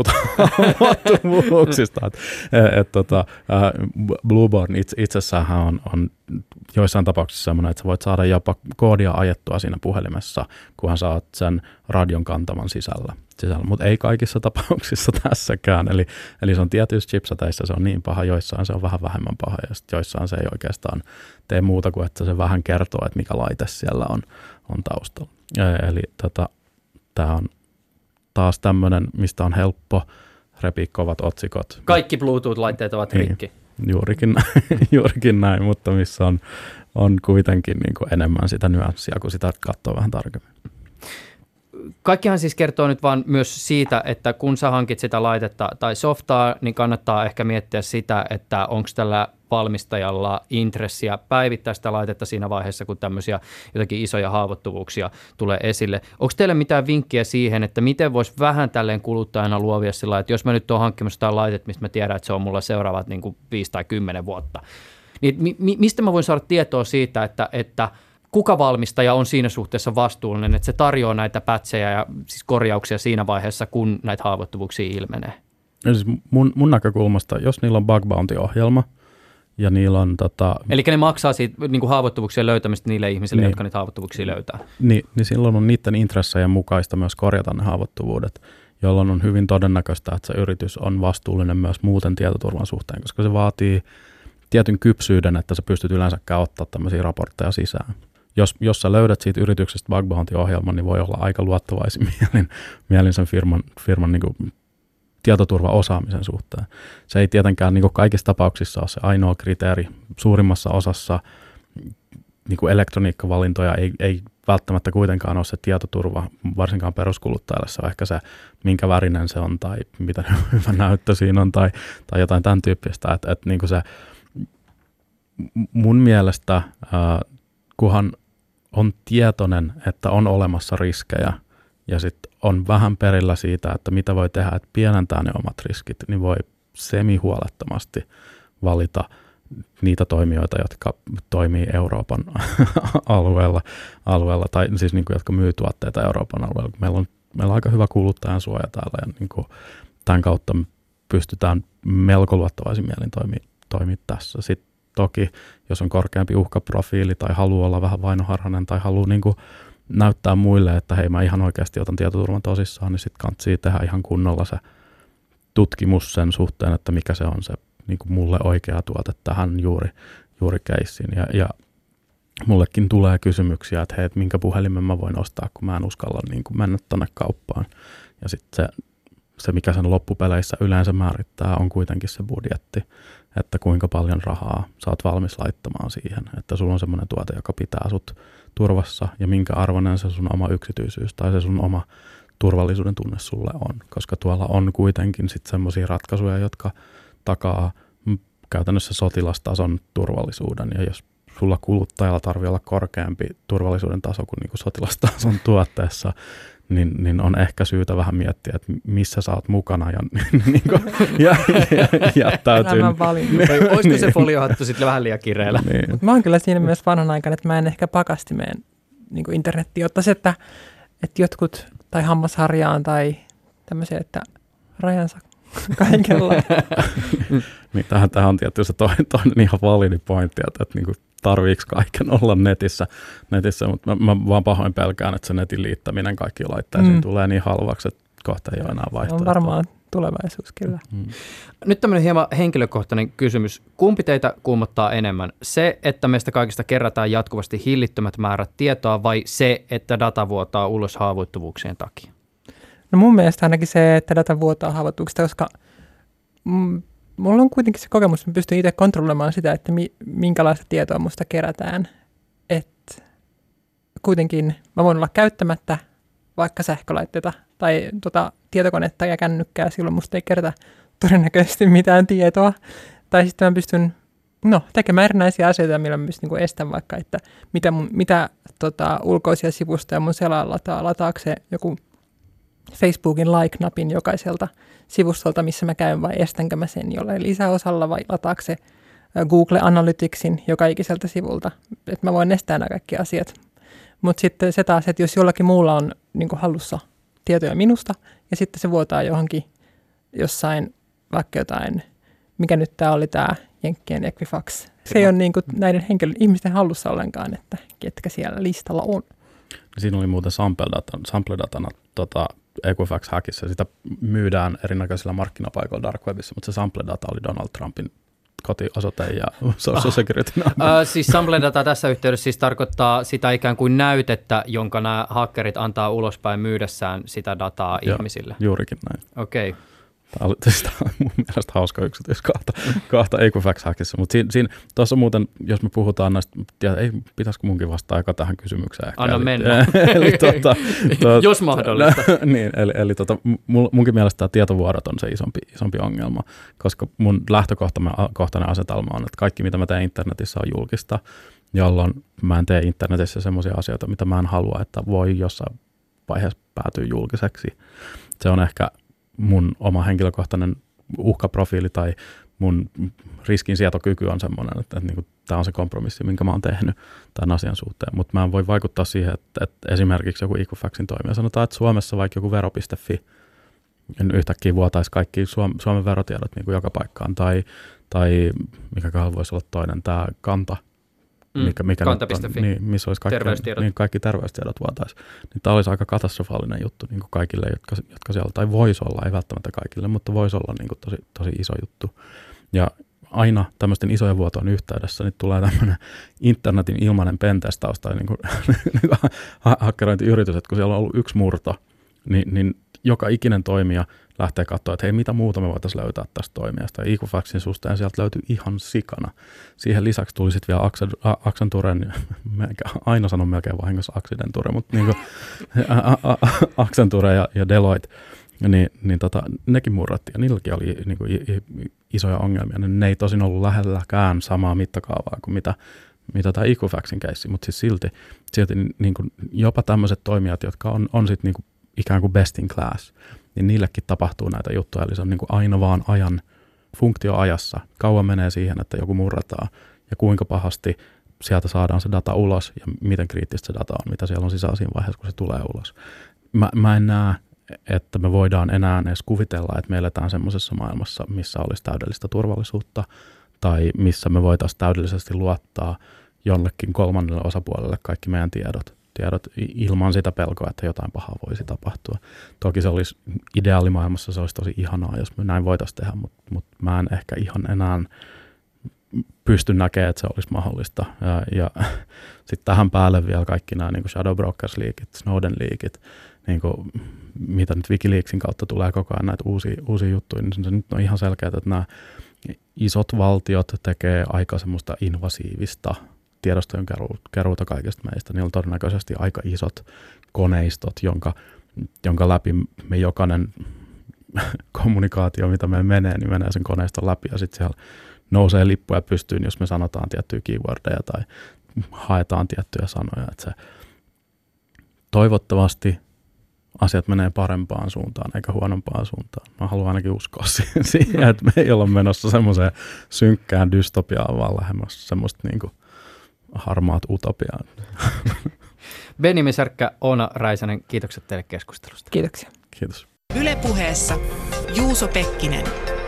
Bluetooth-haavoittuvuuksista. et, et, tota, Blueborn itse, itsessään on, on joissain tapauksissa sellainen, että sä voit saada jopa koodia ajettua siinä puhelimessa, kunhan sä oot sen radion kantaman sisällä. sisällä. Mutta ei kaikissa tapauksissa tässäkään. Eli, eli se on tietyissä chipsateissa se on niin paha, joissain se on vähän vähemmän paha, ja sitten joissain se ei oikeastaan tee muuta kuin, että se vähän kertoo, että mikä laite siellä on, on taustalla. Eli tota, tämä on taas tämmöinen, mistä on helppo repiä kovat otsikot. Kaikki Bluetooth-laitteet ovat niin, rikki. Juurikin, juurikin näin, mutta missä on, on kuitenkin niin kuin enemmän sitä nyanssia, kun sitä katsoo vähän tarkemmin. Kaikkihan siis kertoo nyt vaan myös siitä, että kun sä hankit sitä laitetta tai softaa, niin kannattaa ehkä miettiä sitä, että onko tällä valmistajalla intressiä päivittää sitä laitetta siinä vaiheessa, kun tämmöisiä jotakin isoja haavoittuvuuksia tulee esille. Onko teillä mitään vinkkiä siihen, että miten voisi vähän tälleen kuluttajana luovia sillä, että jos mä nyt oon hankkimassa jotain laitetta, mistä mä tiedän, että se on mulla seuraavat niin kuin viisi tai kymmenen vuotta, niin mi- mistä mä voin saada tietoa siitä, että, että kuka valmistaja on siinä suhteessa vastuullinen, että se tarjoaa näitä pätsejä ja siis korjauksia siinä vaiheessa, kun näitä haavoittuvuuksia ilmenee? Siis mun, mun näkökulmasta, jos niillä on bug bounty-ohjelma, ja niillä on tota... Eli ne maksaa siitä niin kuin haavoittuvuuksien löytämistä niille ihmisille, niin, jotka niitä haavoittuvuuksia löytää. Niin, niin silloin on niiden intressejä mukaista myös korjata ne haavoittuvuudet, jolloin on hyvin todennäköistä, että se yritys on vastuullinen myös muuten tietoturvan suhteen, koska se vaatii tietyn kypsyyden, että sä pystyt yleensäkään ottaa tämmöisiä raportteja sisään. Jos, jos sä löydät siitä yrityksestä bug bounty-ohjelman, niin voi olla aika luottavaisin mielin, mielin sen firman, firman niin kuin tietoturvaosaamisen suhteen. Se ei tietenkään niin kuin kaikissa tapauksissa ole se ainoa kriteeri. Suurimmassa osassa niin kuin elektroniikkavalintoja ei, ei välttämättä kuitenkaan ole se tietoturva, varsinkaan peruskuluttajalle. Se on ehkä se, minkä värinen se on tai mitä hyvä näyttö siinä on tai, tai jotain tämän tyyppistä. Et, et niin kuin se, mun mielestä äh, kunhan on tietoinen, että on olemassa riskejä ja sitten on vähän perillä siitä, että mitä voi tehdä, että pienentää ne omat riskit, niin voi semi-huolettomasti valita niitä toimijoita, jotka toimii Euroopan alueella, alueella tai siis niin kuin, jotka myy tuotteita Euroopan alueella. Meillä on, meillä on aika hyvä kuluttajan suoja täällä ja niin kuin tämän kautta me pystytään melko luottavaisin mielin toimia, toimia tässä. Sitten toki, jos on korkeampi uhkaprofiili tai haluaa olla vähän vainoharhainen tai haluaa niin kuin näyttää muille, että hei, mä ihan oikeasti otan tietoturvan tosissaan, niin sitten kantsii tehdä ihan kunnolla se tutkimus sen suhteen, että mikä se on se niin kuin mulle oikea tuote tähän juuri, juuri keissiin. Ja, ja mullekin tulee kysymyksiä, että hei, että minkä puhelimen mä voin ostaa, kun mä en uskalla niin kuin mennä tonne kauppaan. Ja sitten se, se, mikä sen loppupeleissä yleensä määrittää, on kuitenkin se budjetti, että kuinka paljon rahaa sä oot valmis laittamaan siihen, että sulla on semmoinen tuote, joka pitää sut turvassa ja minkä arvoinen se sun oma yksityisyys tai se sun oma turvallisuuden tunne sulle on, koska tuolla on kuitenkin sitten semmoisia ratkaisuja, jotka takaa käytännössä sotilastason turvallisuuden ja jos sulla kuluttajalla tarvii olla korkeampi turvallisuuden taso kuin niinku sotilastason tuotteessa, niin, niin on ehkä syytä vähän miettiä, että missä sä oot mukana ja, niin kuin, ja, ja jättäytyy. Olisiko se foliohattu sitten vähän liian kireellä? Niin. Mä oon kyllä siinä myös vanhan aikana, että mä en ehkä pakastimeen niin kuin internettiin ottaisi, että, että jotkut tai hammasharjaan tai tämmöisiä, että rajansa kaikella. Niin, tähän, tähän on tietysti toinen, toinen ihan validi pointti, että, että niin kuin tarviiko kaiken olla netissä, netissä mutta mä, mä vaan pahoin pelkään, että se netin liittäminen kaikkiin laitteisiin mm. tulee niin halvaksi, että kohta ei ole enää vaihtoehtoa. On varmaan tulevaisuus kyllä. Mm. Nyt tämmöinen hieman henkilökohtainen kysymys. Kumpi teitä kuumottaa enemmän? Se, että meistä kaikista kerätään jatkuvasti hillittömät määrät tietoa vai se, että data vuotaa ulos haavoittuvuuksien takia? No mun mielestä ainakin se, että data vuotaa haavoittuvuuksista, koska mm, mulla on kuitenkin se kokemus, että mä pystyn itse kontrolloimaan sitä, että mi, minkälaista tietoa musta kerätään. Että kuitenkin mä voin olla käyttämättä vaikka sähkölaitteita tai tota, tietokonetta ja kännykkää, silloin musta ei kerätä todennäköisesti mitään tietoa. Tai sitten mä pystyn no, tekemään erinäisiä asioita, millä mä pystyn niin estämään vaikka, että mitä, mun, mitä tota, ulkoisia sivustoja mun selalla lataa, lataako se joku Facebookin like-napin jokaiselta sivustolta, missä mä käyn, vai estänkö mä sen jollain lisäosalla, vai lataako se Google Analyticsin joka ikiseltä sivulta. Että mä voin estää nämä kaikki asiat. Mutta sitten se taas, että jos jollakin muulla on niin kuin hallussa tietoja minusta, ja sitten se vuotaa johonkin jossain, vaikka jotain, mikä nyt tämä oli tämä Jenkkien Equifax. Se ei ole niin kuin näiden henkilöiden ihmisten hallussa ollenkaan, että ketkä siellä listalla on. Siinä oli muuten sample-datan, sample-datana tota, Equifax-häkissä. Sitä myydään erinäköisillä markkinapaikoilla dark webissa, mutta se sample-data oli Donald Trumpin kotiosoite ja social security number. Uh, siis sample-data tässä yhteydessä siis tarkoittaa sitä ikään kuin näytettä, jonka nämä hakkerit antaa ulospäin myydessään sitä dataa ja, ihmisille. Juurikin näin. Okei. Okay. Tämä oli, tämä on mun mielestä hauska yksityiskohta kahta Equifax-häkissä, mutta siinä, siinä tuossa muuten, jos me puhutaan näistä, ja ei, pitäisikö munkin vastaa aika tähän kysymykseen ehkä. Anna eli, mennä, eli, tuota, tuota, jos mahdollista. niin, eli, eli tuota, munkin mielestä tämä tietovuodot on se isompi, isompi ongelma, koska mun lähtökohtainen asetelma on, että kaikki mitä mä teen internetissä on julkista, jolloin mä en tee internetissä semmoisia asioita, mitä mä en halua, että voi jossain vaiheessa päätyä julkiseksi. Se on ehkä mun oma henkilökohtainen uhkaprofiili tai mun riskinsietokyky on semmoinen, että, että, että tämä on se kompromissi, minkä mä oon tehnyt tämän asian suhteen. Mutta mä en voi vaikuttaa siihen, että, että esimerkiksi joku Equifaxin toimija sanotaan, että Suomessa vaikka joku vero piste fi yhtäkkiä vuotaisi kaikki Suomen verotiedot niin kuin joka paikkaan tai, tai mikäköhän voisi olla toinen, tämä Kanta. Mikä, mikä Kanta piste fi, niin, missä olisi kaikki terveystiedot. Niin kaikki terveystiedot vuotaisi. Niin tämä olisi aika katastrofaalinen juttu niin kuin kaikille, jotka, jotka siellä, tai voisi olla, ei välttämättä kaikille, mutta voisi olla niin kuin tosi, tosi iso juttu. Ja aina tämmöisten isojen vuotojen yhteydessä niin tulee tämmöinen internetin ilmainen pentestaus tai niin kuin, niin kuin hakkerointiyritys, että kun siellä on ollut yksi murto, niin, niin joka ikinen toimija lähtee katsoa, että hei, mitä muuta me voitaisiin löytää tästä toimijasta. Ja Equifaxin suhteen sieltä löytyi ihan sikana. Siihen lisäksi tuli sitten vielä Accenturen, aina sanon melkein vahingossa Accidenture, mutta niin kuin Accenture ja, ja Deloitte, niin, niin tota, nekin murrattiin ja niilläkin oli niin kuin isoja ongelmia. Ne ei tosin ollut lähelläkään samaa mittakaavaa kuin mitä, mitä tämä Equifaxin keissi, mutta siis silti, silti niin kuin jopa tämmöiset toimijat, jotka on, on sitten niin kuin ikään kuin best in class, niin niillekin tapahtuu näitä juttuja. Eli se on niin kuin aina vaan ajan, funktioajassa. Kauan menee siihen, että joku murrataan ja kuinka pahasti sieltä saadaan se data ulos ja miten kriittistä se data on, mitä siellä on sisällä siinä vaiheessa, kun se tulee ulos. Mä, mä en näe, että me voidaan enää edes kuvitella, että me eletään semmoisessa maailmassa, missä olisi täydellistä turvallisuutta tai missä me voitaisiin täydellisesti luottaa jollekin kolmannelle osapuolelle kaikki meidän tiedot. tiedot ilman sitä pelkoa, että jotain pahaa voisi tapahtua. Toki se olisi ideaalimaailmassa, se olisi tosi ihanaa, jos me näin voitaisiin tehdä, mutta mut mä en ehkä ihan enää pysty näkemään, että se olisi mahdollista. Ja, ja sitten tähän päälle vielä kaikki nämä niin kuin Shadow Brokers-liikit, Snowden-liikit, niin kuin, mitä nyt Wikileaksin kautta tulee koko ajan näitä uusia, uusia juttuja, niin se nyt on ihan selkeää, että nämä isot valtiot tekee aika semmoista invasiivista tiedostojen keruuta kaikista meistä. Niillä on todennäköisesti aika isot koneistot, jonka, jonka läpi me jokainen kommunikaatio, mitä me menee, niin menee sen koneiston läpi ja sitten siellä nousee lippuja pystyyn, jos me sanotaan tiettyjä keywordeja tai haetaan tiettyjä sanoja. Että se toivottavasti asiat menee parempaan suuntaan eikä huonompaan suuntaan. Mä haluan ainakin uskoa siihen, että me ei olla menossa semmoiseen synkkään dystopiaan, vaan lähemmäs semmoista niin kuin harmaat utopiaan. Benjamin Särkkä, Oona Räisänen, kiitokset teille keskustelusta. Kiitoksia. Kiitos. Yle Puheessa Juuso Pekkinen.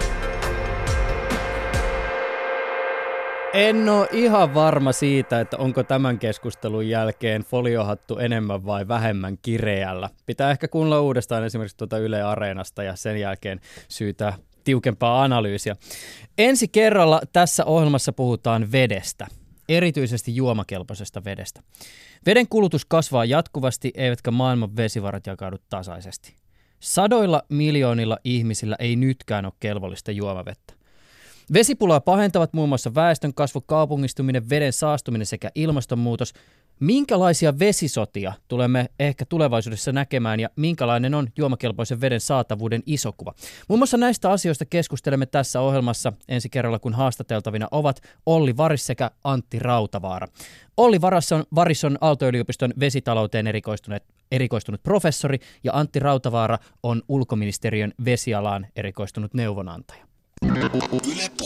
En ole ihan varma siitä, että onko tämän keskustelun jälkeen foliohattu enemmän vai vähemmän kireällä. Pitää ehkä kuunnella uudestaan esimerkiksi tuota Yle Areenasta ja sen jälkeen syytä tiukempaa analyysiä. Ensi kerralla tässä ohjelmassa puhutaan vedestä, erityisesti juomakelpoisesta vedestä. Veden kulutus kasvaa jatkuvasti, eivätkä maailman vesivarat jakaudu tasaisesti. Sadoilla miljoonilla ihmisillä ei nytkään ole kelvollista juomavettä. Vesipulaa pahentavat muun muassa väestönkasvu, kaupungistuminen, veden saastuminen sekä ilmastonmuutos. Minkälaisia vesisotia tulemme ehkä tulevaisuudessa näkemään ja minkälainen on juomakelpoisen veden saatavuuden iso kuva? Muun muassa näistä asioista keskustelemme tässä ohjelmassa ensi kerralla, kun haastateltavina ovat Olli Varis sekä Antti Rautavaara. Olli Varis on, Varis on Aalto-yliopiston vesitalouteen erikoistunut, erikoistunut professori ja Antti Rautavaara on ulkoministeriön vesialaan erikoistunut neuvonantaja. Yle